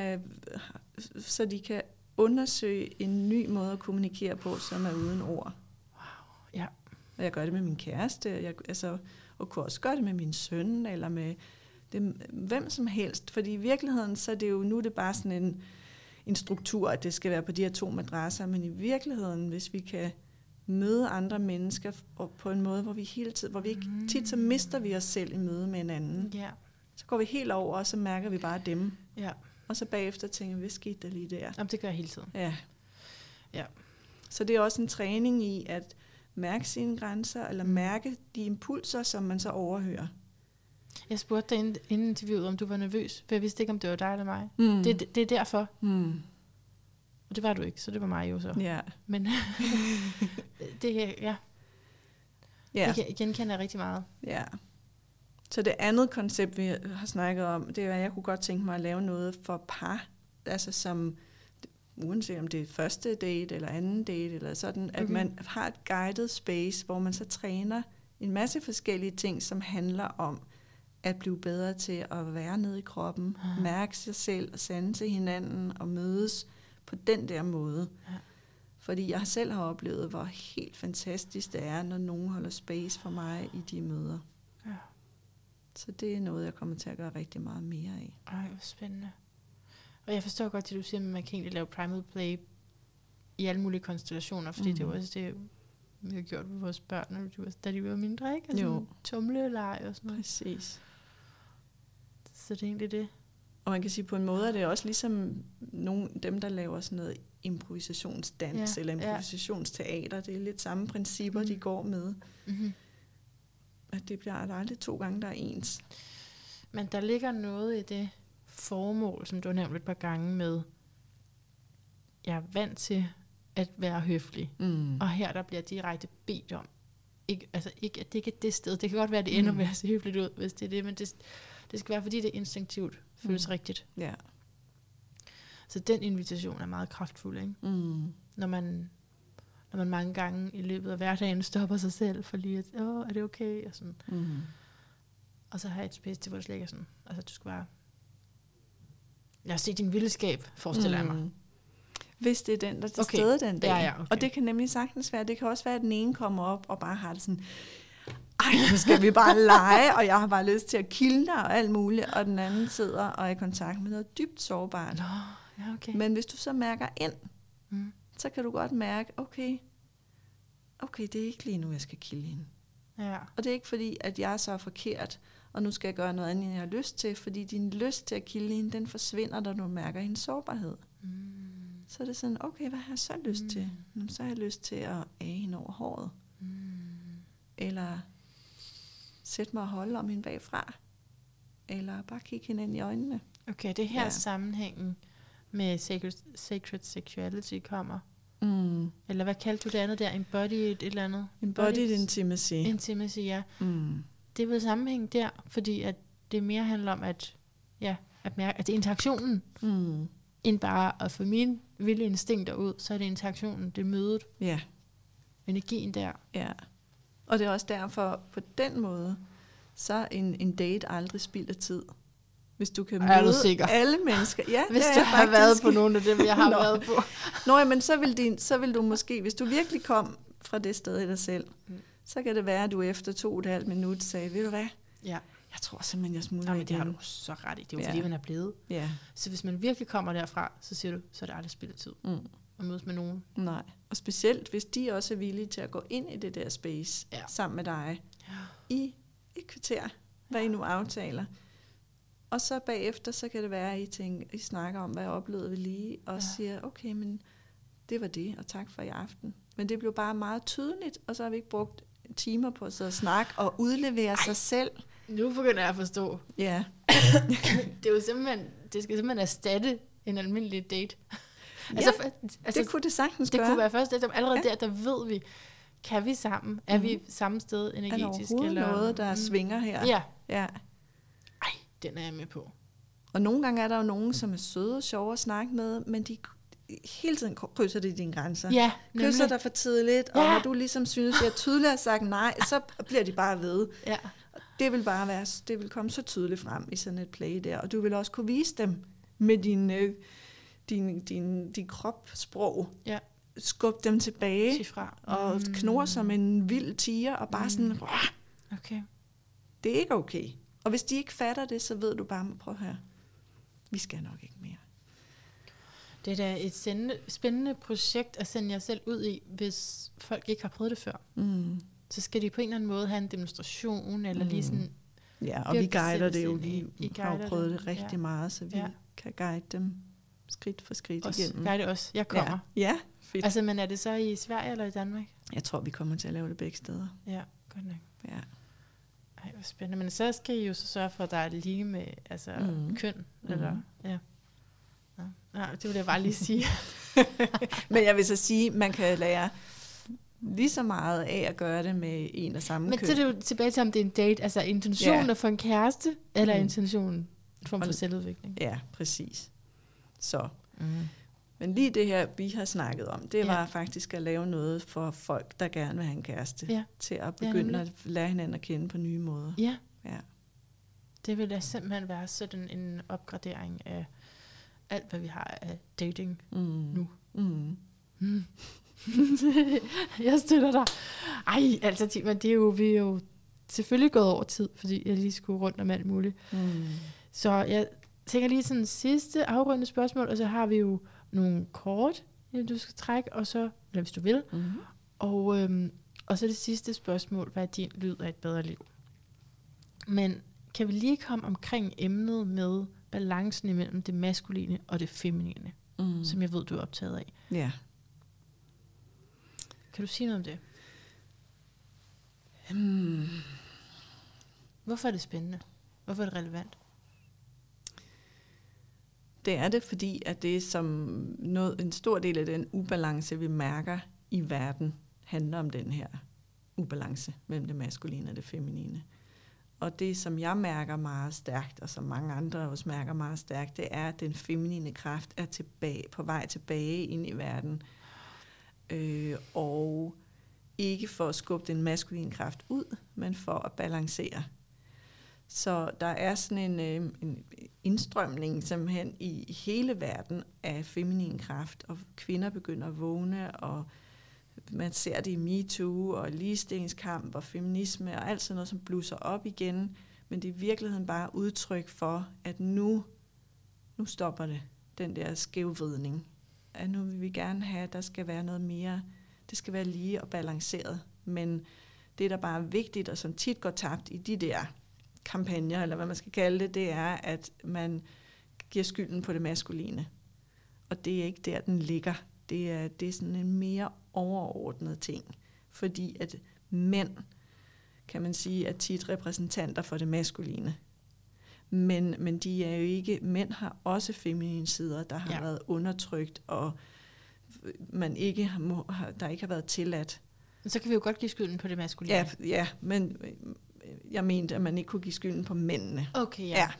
så de kan undersøge en ny måde at kommunikere på, som er uden ord. Wow, ja. Og jeg gør det med min kæreste, og kunne også gøre det med min søn, eller med hvem som helst. Fordi i virkeligheden, så er det jo, nu er det bare sådan en struktur, at det skal være på de her 2 madrasser, men i virkeligheden, hvis vi kan møde andre mennesker på en måde, hvor vi hele tiden, hvor vi ikke tit så mister vi os selv i møde med hinanden. Ja. Så går vi helt over, og så mærker vi bare dem. Ja. Og så bagefter tænker jeg, hvad skete der lige der? Jamen, det gør jeg hele tiden. Ja. Så det er også en træning i at mærke sine grænser, eller mærke de impulser, som man så overhører. Jeg spurgte dig inden interviewet, om du var nervøs, for jeg vidste ikke, om det var dig eller mig. Det er derfor. Og det var du ikke, så det var mig jo så. Ja. Men det genkender jeg rigtig meget. Ja. Så det andet koncept, vi har snakket om, det er, at jeg kunne godt tænke mig at lave noget for par, altså som, uanset om det er første date eller anden date, eller sådan, at man har et guided space, hvor man så træner en masse forskellige ting, som handler om at blive bedre til at være nede i kroppen, mærke sig selv og sande til hinanden og mødes på den der måde. Ja. Fordi jeg selv har oplevet, hvor helt fantastisk det er, når nogen holder space for mig i de møder. Ja. Så det er noget, jeg kommer til at gøre rigtig meget mere af. Ej, hvor spændende. Og jeg forstår godt, at du siger, at man kan egentlig lave primal play i alle mulige konstellationer, fordi det er også det, vi har gjort med vores børn, da de var mindre, ikke? Altså tumleleg og sådan noget. Præcis. Så det er egentlig det. Og man kan sige, på en måde, at det er også ligesom dem, der laver sådan noget improvisationsdans eller improvisationsteater. Det er lidt samme principper, de går med. At det bliver aldrig 2 gange, der er ens. Men der ligger noget i det formål, som du har nævnt et par gange med, jeg er vant til at være høflig. Og her der bliver direkte bedt om. Ikke, at det ikke er det sted. Det kan godt være, at det ender med at se høfligt ud, hvis det er det, men det skal være, fordi det er instinktivt føles rigtigt. Ja. Så den invitation er meget kraftfuld, ikke? Når man mange gange i løbet af hverdagen stopper sig selv for lige at, er det okay? Og, sådan. Og så har jeg et space til, hvor det slet ikke er sådan. Altså, du skal bare... Jeg har set din vildskab, forestiller jeg mig. Hvis det er den, der er til stede den dag. Ja, okay. Og det kan nemlig sagtens være, det kan også være, at den ene kommer op og bare har det sådan, ej, nu skal vi bare lege, og jeg har bare lyst til at kilde dig og alt muligt, og den anden sidder og er i kontakt med noget dybt sårbart. Ja, okay. Men hvis du så mærker ind, så kan du godt mærke, okay, det er ikke lige nu, jeg skal kilde hende. Ja. Og det er ikke fordi, at jeg er så forkert, og nu skal jeg gøre noget andet, end jeg har lyst til, fordi din lyst til at kilde hende, den forsvinder, da du mærker hendes sårbarhed. Så er det sådan, okay, hvad har jeg så lyst til? Så har jeg lyst til at age hende over håret. Eller sætte mig og holde om hende bagfra. Eller bare kigge hende ind i øjnene. Okay, det her sammenhængen med sacred sexuality kommer. Eller hvad kaldte du det andet der? Embodied et eller andet? Embodied intimacy. Intimacy, ja. Det er vel sammenhæng der, fordi at det mere handler om at mærke, at det er interaktionen, end bare at få mine vilde instinkter ud, så er det interaktionen, det er mødet. Ja. Energien der. Ja. Og det er også derfor, på den måde, så en date aldrig spilder tid. Hvis du kan møde alle mennesker. Ja, hvis du har været på nogle af dem, jeg har været på. Nå, men så vil du måske, hvis du virkelig kom fra det sted i dig selv, så kan det være, at du efter 2,5 minutter sagde, ved du hvad? Ja. Jeg tror simpelthen, jeg smutter igen. Det har du så ret i. Det er jo fordi, man er blevet. Ja. Så hvis man virkelig kommer derfra, så siger du, så er det aldrig spildet tid. At mødes med nogen. Nej. Og specielt, hvis de også er villige til at gå ind i det der space sammen med dig. I et kvarter, hvad I nu aftaler. Og så bagefter, så kan det være, at I snakker om, hvad jeg oplevede ved lige, og siger, okay, men det var det, og tak for i aften. Men det blev bare meget tydeligt, og så har vi ikke brugt timer på at sidde og snakke og udlevere sig selv. Nu begynder jeg at forstå. Ja. Det er jo simpelthen, det skal simpelthen erstatte en almindelig date. Altså, det kunne det sagtens gøre. Det kunne være først, allerede der ved vi, kan vi sammen? Er vi samme sted energetisk? Er der eller noget, der svinger her? Ja. Ej, den er jeg med på. Og nogle gange er der jo nogen, som er søde og sjove at snakke med, men de hele tiden krydser det dine grænser. Ja, kysser dig for tidligt, og når du ligesom synes, at jeg tydeligt har sagt nej, så bliver de bare ved. Ja. Det vil bare være, det vil komme så tydeligt frem i sådan et play der, og du vil også kunne vise dem med din kropssprog. Ja. Skub dem tilbage og knurre som en vild tiger og bare sådan. Okay. Det er ikke okay. Og hvis de ikke fatter det, så ved du bare, prøv at høre, vi skal nok ikke mere. Det er da et spændende projekt at sende jer selv ud i, hvis folk ikke har prøvet det før. Så skal de på en eller anden måde have en demonstration, eller lige sådan... Ja, og vi guider det jo lige. Vi har jo prøvet det rigtig meget, så kan guide dem skridt for skridt også igennem. Guide også. Jeg kommer. Ja, fedt. Altså, men er det så i Sverige eller i Danmark? Jeg tror, vi kommer til at lave det begge steder. Ja, godt nok. Ja. Ej, hvor spændende. Men så skal I jo så sørge for, at der er lige med køn. Eller, ja. Nej, det vil jeg bare lige sige. Men jeg vil så sige, man kan lære lige så meget af at gøre det med en og samme køn. Men så er det jo tilbage til, om det er en date. Altså intentionen for en kæreste, eller intentionen for selvudvikling. Ja, præcis. Så. Men lige det her, vi har snakket om, det var faktisk at lave noget for folk, der gerne vil have en kæreste. Til at begynde at lære hinanden at kende på nye måder. Ja. Det vil da simpelthen være sådan en opgradering af alt, hvad vi har af dating nu. Jeg støtter dig. Ej, altså, men det er jo, vi er jo selvfølgelig gået over tid, fordi jeg lige skulle rundt om alt muligt. Så jeg tænker lige sådan sidste afrundende spørgsmål, og så har vi jo nogle kort, du skal trække, og så, eller hvis du vil. Og så det sidste spørgsmål, hvad er din lyd af et bedre liv? Men kan vi lige komme omkring emnet med balancen imellem det maskuline og det feminine, som jeg ved, du er optaget af? Ja. Kan du sige noget om det? Hvorfor er det spændende? Hvorfor er det relevant? Det er det, fordi at det som en stor del af den ubalance, vi mærker i verden, handler om den her ubalance mellem det maskuline og det feminine. Og det, som jeg mærker meget stærkt, og som mange andre også mærker meget stærkt, det er, at den feminine kraft er på vej tilbage ind i verden. Og ikke for at skubbe den maskuline kraft ud, men for at balancere. Så der er sådan en indstrømning simpelthen i hele verden af feminin kraft, og kvinder begynder at vågne, og man ser det i MeToo og ligestillingskamp og feminisme og alt sådan noget, som blusser op igen, men det er i virkeligheden bare udtryk for, at nu stopper det, den der skævvridning. At nu vil vi gerne have, at der skal være noget mere, det skal være lige og balanceret, men det, der bare er vigtigt, og som tit går tabt i de der kampagner, eller hvad man skal kalde det, det er, at man giver skylden på det maskuline. Og det er ikke der, den ligger. Det er sådan en mere overordnet ting. Fordi at mænd, kan man sige, er tit repræsentanter for det maskuline. Men de er jo ikke, mænd har også feminine sider, der har været undertrykt, og der ikke har været tilladt. Så kan vi jo godt give skylden på det maskuline. Ja, men jeg mente, at man ikke kunne give skylden på mændene. Okay, ja.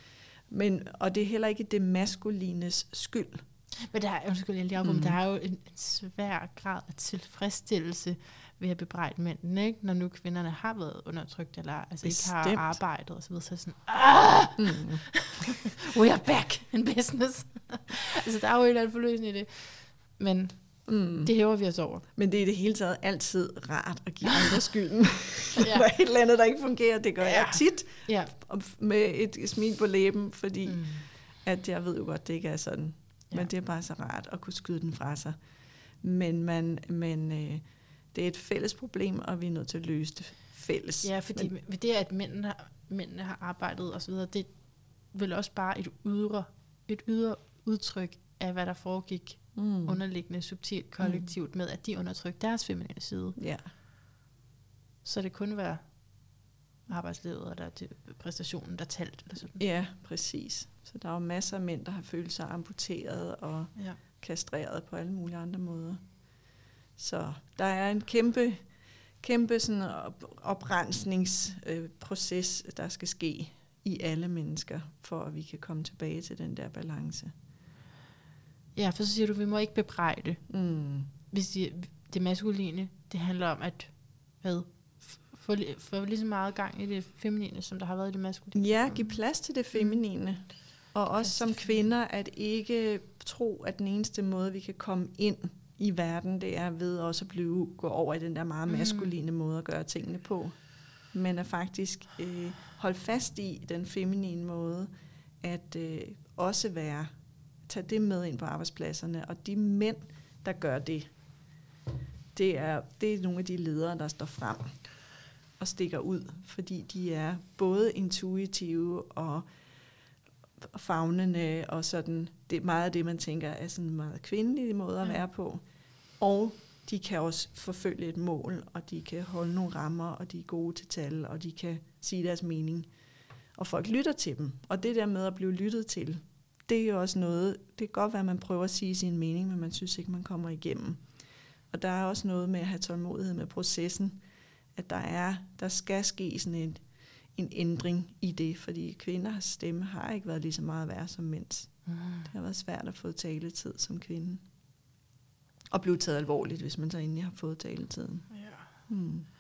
Og det er heller ikke det maskulines skyld. Men der er jo en svær grad af tilfredsstillelse ved at bebrejde mændene, ikke? Når nu kvinderne har været undertrykt, eller altså ikke har arbejdet og så videre, så er det sådan, we are back in business. Altså der er jo en eller anden forløsning i det, men det hæver vi os over. Men det er i det hele taget altid rart at give andre skylden. Der er et eller andet, der ikke fungerer, det gør jeg tit, med et smil på læben, fordi at jeg ved jo godt, det ikke er sådan. Men det er bare så rart at kunne skyde den fra sig. Men det er et fælles problem, og vi er nødt til at løse det fælles. Ja, fordi ved det, at mændene har arbejdet og så videre, det er vel også bare et ydre udtryk af, hvad der foregik underliggende, subtilt, kollektivt, med at de undertrykte deres feminine side. Ja. Så det kunne være arbejdslivet, eller præstationen, der talt, eller sådan. Ja, præcis. Så der er jo masser af mænd, der har følt sig amputeret og kastreret på alle mulige andre måder. Så der er en kæmpe sådan oprensningsproces, der skal ske i alle mennesker, for at vi kan komme tilbage til den der balance. Ja, for så siger du, at vi må ikke bebrejde. Hvis det maskuline, det handler om at få lige så meget gang i det feminine, som der har været i det maskuline. Ja, give plads til det feminine. Og også som kvinder, at ikke tro, at den eneste måde, vi kan komme ind i verden, det er ved også at gå over i den der meget maskuline måde at gøre tingene på. Men at faktisk holde fast i den feminine måde, at også tage det med ind på arbejdspladserne. Og de mænd, der gør det, det er nogle af de ledere, der står frem og stikker ud, fordi de er både intuitive og favnende, og sådan, det er meget af det, man tænker er sådan en meget kvindelig måde at være på. Og de kan også forfølge et mål, og de kan holde nogle rammer, og de er gode til tal, og de kan sige deres mening. Og folk lytter til dem. Og det der med at blive lyttet til, det er jo også noget, det kan godt være, at man prøver at sige sin mening, men man synes ikke, man kommer igennem. Og der er også noget med at have tålmodighed med processen, at der skal ske sådan en ændring i det, fordi kvinders stemme har ikke været lige så meget værd som mænds. Det har været svært at få taletid som kvinde. Og blive taget alvorligt, hvis man så egentlig har fået taletiden. Ja.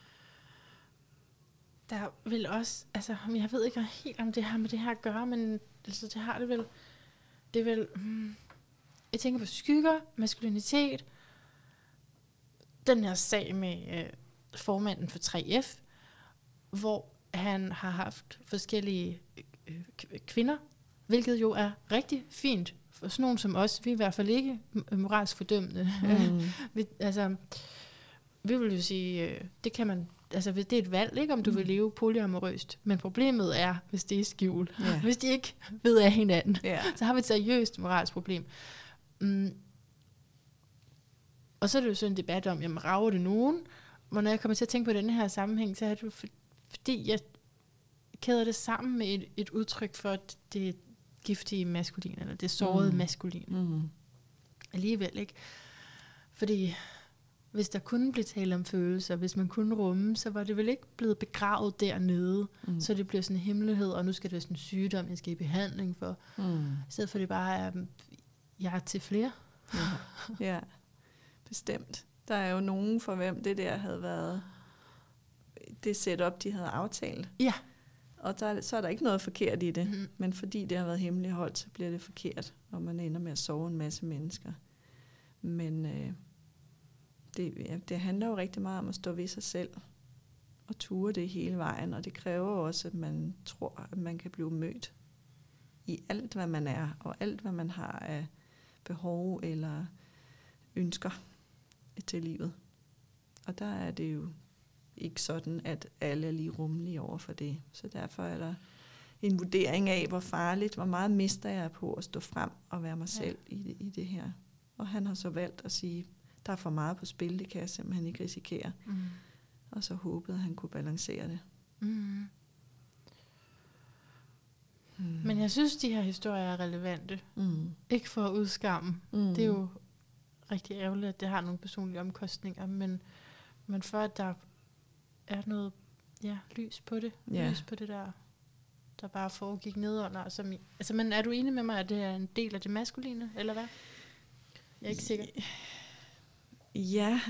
Der vil også, altså jeg ved ikke helt, om det har med det her at gøre, men altså, det har det vel. Det er vel, jeg tænker på skygger, maskulinitet, den her sag med formanden for 3F, hvor han har haft forskellige kvinder, hvilket jo er rigtig fint. For sådan nogen som os, vi er i hvert fald ikke moralsk fordømmende. Vi vil jo sige, det kan man, altså det er et valg, ikke, om du vil leve polyamorøst. Men problemet er, hvis det er skjult. Yeah. Hvis de ikke ved af hinanden, så har vi et seriøst moralsk problem. Og så er det jo sådan en debat om, jamen rager det nogen? Og når jeg kommer til at tænke på den her sammenhæng, så er det jo fordi, jeg kæder det sammen med et udtryk for det giftige maskulin, eller det sårede maskulin. Alligevel, ikke? Fordi hvis der kunne blive tale om følelser, hvis man kunne rumme, så var det vel ikke blevet begravet dernede, så det bliver sådan en hemmelighed, og nu skal det være sådan en sygdom, jeg skal i behandling for. I stedet for det bare er, jeg er til flere. Ja, bestemt. Der er jo nogen, for hvem det der havde været det setup, de havde aftalt. Ja. Og så er der ikke noget forkert i det, men fordi det har været hemmeligholdt, så bliver det forkert, og man ender med at sove en masse mennesker. Men det handler jo rigtig meget om at stå ved sig selv, og ture det hele vejen, og det kræver også, at man tror, at man kan blive mødt i alt, hvad man er, og alt, hvad man har af behov eller ønsker til livet. Og der er det jo ikke sådan, at alle er lige rummelige over for det. Så derfor er der en vurdering af, hvor farligt, hvor meget mister jeg på at stå frem og være mig selv i det her. Og han har så valgt at sige, der er for meget på spil, det kan jeg simpelthen ikke risikere. Og så håbede, at han kunne balancere det. Men jeg synes, de her historier er relevante. Ikke for at udskamme. Det er jo rigtig ærgerligt, at det har nogle personlige omkostninger, men for at der er noget lys på det. Lys på det der bare foregik nedunder. Altså, men er du enig med mig, at det er en del af det maskuline, eller hvad? Jeg er ikke sikker. Ja.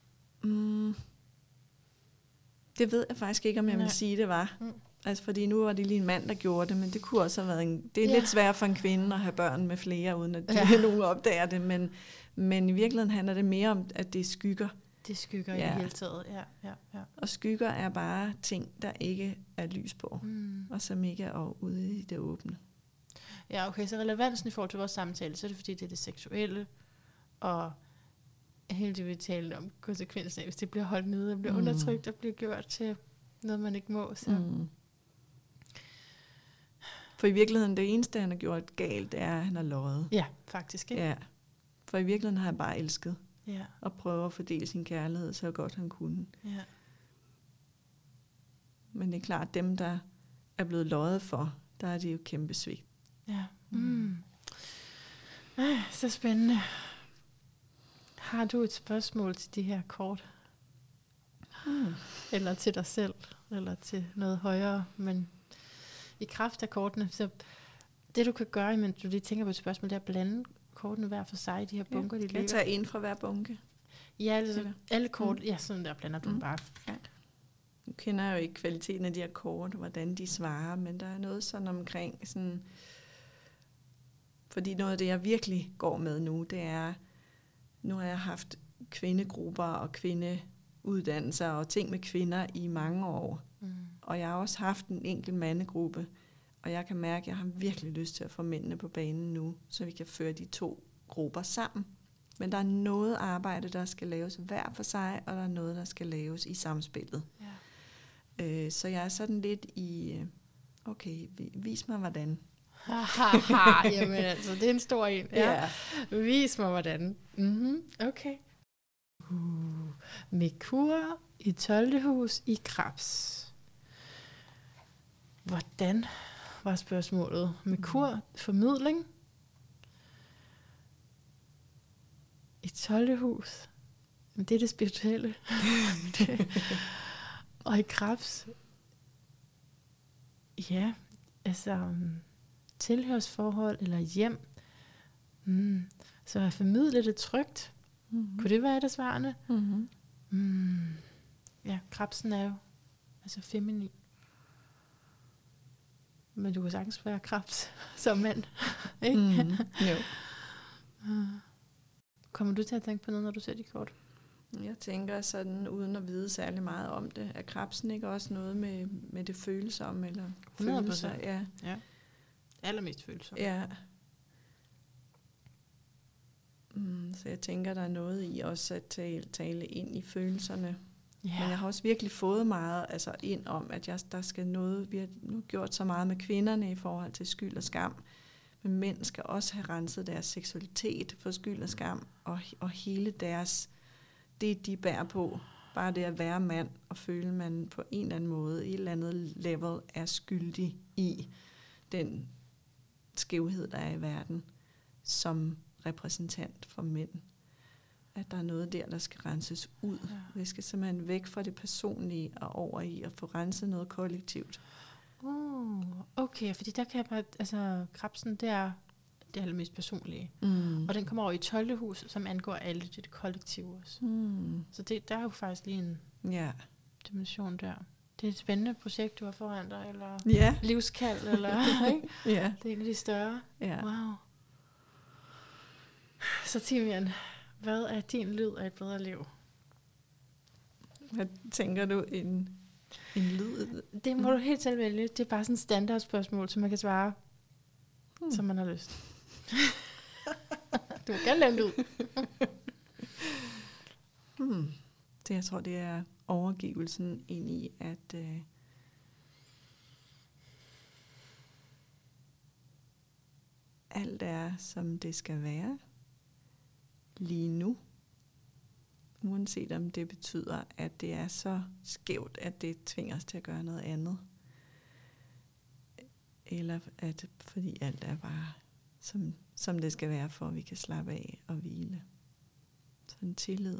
Det ved jeg faktisk ikke, om jeg vil sige, det var. Altså, fordi nu var det lige en mand, der gjorde det, men det kunne også have været det er lidt svært for en kvinde at have børn med flere, uden at nogen opdager det, men i virkeligheden handler det mere om, at det er skygger. Det er skygger i det hele taget, ja. Og skygger er bare ting, der ikke er lys på, og som ikke er ude i det åbne. Ja, okay, så relevansen i forhold til vores samtale, så er det fordi, det er det seksuelle, og hele det, vi talte om konsekvensen af, hvis det bliver holdt nede, og bliver undertrykt, og bliver gjort til noget, man ikke må. Så. For i virkeligheden, det eneste, han har gjort galt, det er, at han har løjet. Ja, faktisk, ikke? Ja, for i virkeligheden har han bare elsket. Ja. Og prøve at fordele sin kærlighed så godt han kunne. Ja. Men det er klart, dem der er blevet løjet for, der er det jo kæmpe svigt. Ja. Så spændende. Har du et spørgsmål til de her kort? Eller til dig selv, eller til noget højere, men i kraft af kortene, så det du kan gøre, mens du lige tænker på et spørgsmål, det er at blande kortene hver for sig, de her bunker, de ligger. Jeg tager en fra hver bunke. Ja, altså, alle kort, sådan der blander du bare. Ja. Nu kender jeg jo ikke kvaliteten af de her kort, hvordan de svarer, men der er noget sådan omkring, sådan, fordi noget af det, jeg virkelig går med nu, det er, nu har jeg haft kvindegrupper og kvindeuddannelser og ting med kvinder i mange år. Og jeg har også haft en enkelt mandegruppe, og jeg kan mærke, at jeg har virkelig lyst til at få mændene på banen nu, så vi kan føre de to grupper sammen. Men der er noget arbejde, der skal laves hver for sig, og der er noget, der skal laves i samspillet. Ja. Så jeg er sådan lidt i, okay, vis mig hvordan. Jamen altså, det er en stor en. Ja. Vis mig, hvordan. Okay. Merkur i 12. hus i Krebs. Hvordan var spørgsmålet? Merkur, formidling. I 12. hus. Men det er det spirituelle. Og i Krebs. Ja, altså tilhørsforhold eller hjem. Så at formidle det trygt. Kunne det være det svarende? Ja, Krebsen er jo altså feminin. Men du kan sagtens være Krebs som mand. Ikke? Jo. Kommer du til at tænke på noget, når du ser de kort? Jeg tænker sådan, uden at vide særlig meget om det, er Krebsen ikke også noget med det følsomme? Eller 100%. Følelser? Ja. Allermest følsomme. Ja. Så jeg tænker, der er noget i også at tale ind i følelserne. Yeah. Men jeg har også virkelig fået meget ind om, at der skal noget, vi har nu gjort så meget med kvinderne i forhold til skyld og skam, men mænd skal også have renset deres seksualitet for skyld og skam, og hele deres, det de bærer på, bare det at være mand, og føle man på en eller anden måde, i et eller andet level, er skyldig i den skævhed, der er i verden, som repræsentant for mænd. At der er noget der skal renses ud. Ja. Vi skal simpelthen væk fra det personlige og over i at få renset noget kollektivt. Okay, fordi der kan jeg bare, Krebsen, det er det allermest personlige. Og den kommer over i 12. hus, som angår alle det kollektive også. Så der er jo faktisk lige en dimension der. Det er et spændende projekt, du har foran dig, eller livskald, eller ikke? Ja. Det er en af de større. Ja. Wow. Så Timian, hvad er din lyd af et bedre liv? Hvad tænker du, en lyd? Det må du helt selv vælge. Det er bare sådan et standardspørgsmål, som man kan svare, som man har lyst. Du må gerne lave en lyd. Det, jeg tror, det er overgivelsen ind i, at alt er, som det skal være lige nu. Uanset om det betyder, at det er så skævt, at det tvinger os til at gøre noget andet. Eller at fordi alt er bare, som det skal være, for at vi kan slappe af og hvile. Så en tillid.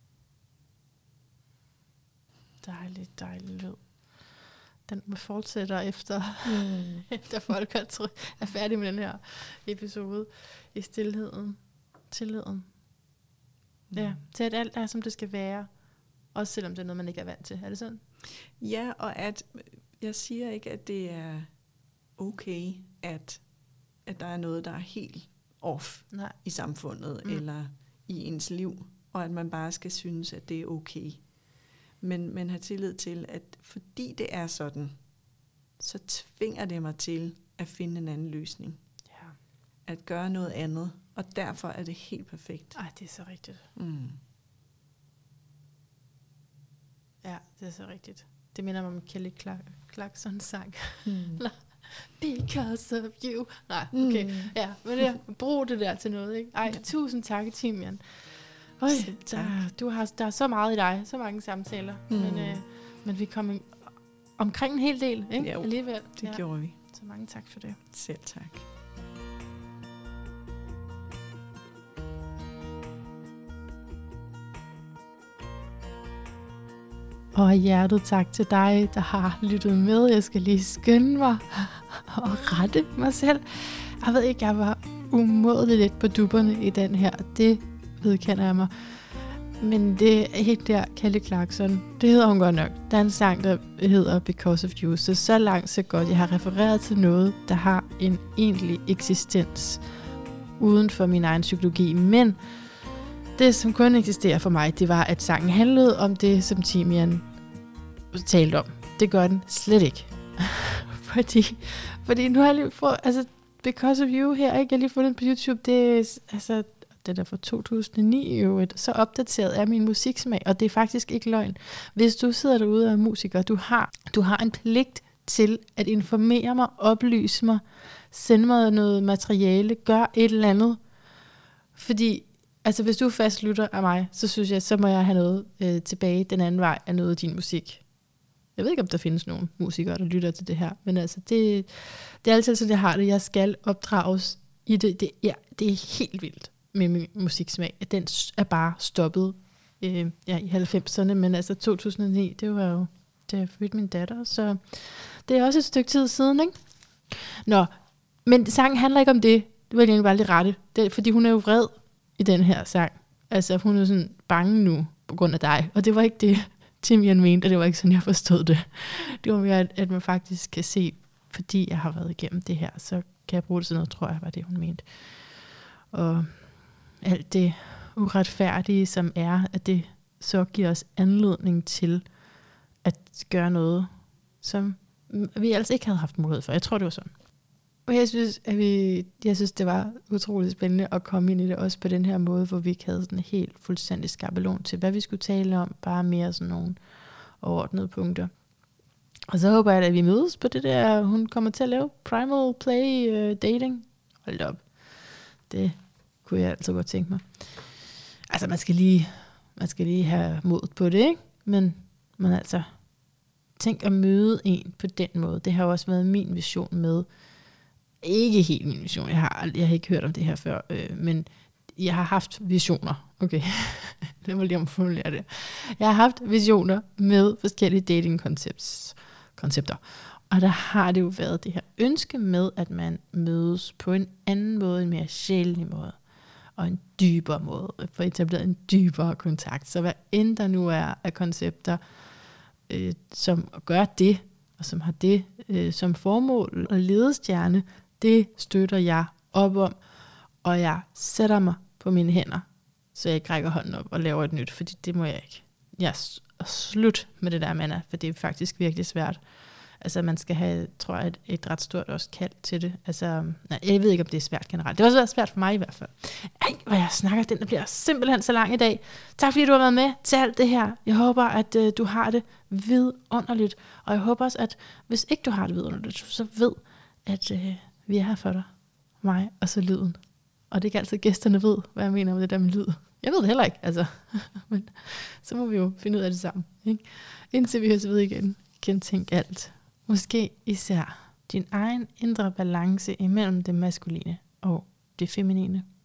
Dejlig lyd. Den fortsætter efter folk er færdige med den her episode i stilheden. Tilliden. Ja, til at alt er, som det skal være. Også selvom det er noget, man ikke er vant til. Er det sådan? Ja, og at jeg siger ikke, at det er okay, at der er noget, der er helt off i samfundet eller i ens liv, og at man bare skal synes, at det er okay. Men have tillid til, at fordi det er sådan, så tvinger det mig til at finde en anden løsning. Ja. At gøre noget andet, og derfor er det helt perfekt. Ej, det er så rigtigt. Ja, det er så rigtigt. Det minder mig om Kelly Clarksons sang. Because of you. Nej, okay. Ja, men brug det der til noget, ikke? Ej, tusind tak, Timian. Der er så meget i dig, så mange samtaler, men vi kom omkring en hel del, ikke? Jo, alligevel. Det gjorde vi. Så mange tak for det. Selv tak. Og hjertet tak til dig, der har lyttet med. Jeg skal lige skynde mig og rette mig selv. Jeg ved ikke, jeg var umådeligt lidt på dupperne i den her. Det vedkender jeg mig. Men det er helt der, Kelly Clarkson. Det hedder hun godt nok. Der er en sang, der hedder Because of You. Så langt, så godt. Jeg har refereret til noget, der har en egentlig eksistens uden for min egen psykologi. Men det, som kun eksisterer for mig, det var, at sangen handlede om det, som Timian talte om. Det gør den slet ikke. fordi nu har jeg lige fået, Because of You her, ikke? Jeg har lige fundet på YouTube, det er, det er fra 2009 jo, så opdateret er min musiksmag, og det er faktisk ikke løgn. Hvis du sidder derude og er musiker, du har en pligt til at informere mig, oplyse mig, sende mig noget materiale, gør et eller andet. Fordi, altså hvis du er fast lytter af mig, så synes jeg, så må jeg have noget tilbage den anden vej af noget af din musik. Jeg ved ikke, om der findes nogen musikere, der lytter til det her, men altså, det er altid sådan, jeg har det. Jeg skal opdrages i det. Det er helt vildt med min musiksmag. Den er bare stoppet i 90'erne, men altså 2009, det var jo, da jeg fødte min datter, så det er også et stykke tid siden, ikke? Nå, men sangen handler ikke om det. Det var egentlig bare lidt rette. Fordi hun er jo vred i den her sang. Altså, hun er sådan bange nu på grund af dig. Og det var ikke det, Timian mente, og det var ikke sådan, jeg forstod det. Det var mere, at man faktisk kan se, fordi jeg har været igennem det her, så kan jeg bruge det til noget, tror jeg, var det, hun mente. Og alt det uretfærdige, som er, at det så giver os anledning til at gøre noget, som vi altså ikke havde haft mulighed for. Jeg tror, det var sådan. Og jeg synes, det var utroligt spændende at komme ind i det, også på den her måde, hvor vi ikke havde sådan en helt fuldstændig skabelon til, hvad vi skulle tale om, bare mere sådan nogle overordnede punkter. Og så håber jeg, at vi mødes på det der, hun kommer til at lave Primal Play dating. Hold op. Det kunne jeg altså godt tænke mig. Altså, man skal lige have mod på det, ikke? Men altså, tænk at møde en på den måde. Det har jo også været min vision med, ikke helt min vision, jeg har ikke hørt om det her før, men jeg har haft visioner. Okay, lad mig lige omformulere det. Jeg har haft visioner med forskellige dating-koncepter. Og der har det jo været det her ønske med, at man mødes på en anden måde, en mere sjælelig måde, og en dybere måde, for at etablere en dybere kontakt. Så hvad end der nu er af koncepter, som gør det, og som har det som formål og ledestjerne, det støtter jeg op om, og jeg sætter mig på mine hænder, så jeg ikke rækker hånden op og laver et nyt, fordi det må jeg ikke. Jeg er slut med det der, Manna, for det er faktisk virkelig svært. Altså man skal have, tror jeg, et ret stort også kald til det. Altså, jeg ved ikke, om det er svært generelt. Det har også været svært for mig i hvert fald. Ej, hvor jeg snakker, den der bliver simpelthen så lang i dag. Tak fordi du har været med til alt det her. Jeg håber, at du har det vidunderligt. Og jeg håber også, at hvis ikke du har det vidunderligt, så ved, at vi er her for dig. Mig og så lyden. Og det er ikke altid gæsterne ved, hvad jeg mener med det der med lyd. Jeg ved det heller ikke, altså. Men så må vi jo finde ud af det sammen. Ikke? Indtil vi høres ved igen. Gentænk alt. Måske især din egen indre balance imellem det maskuline og det feminine.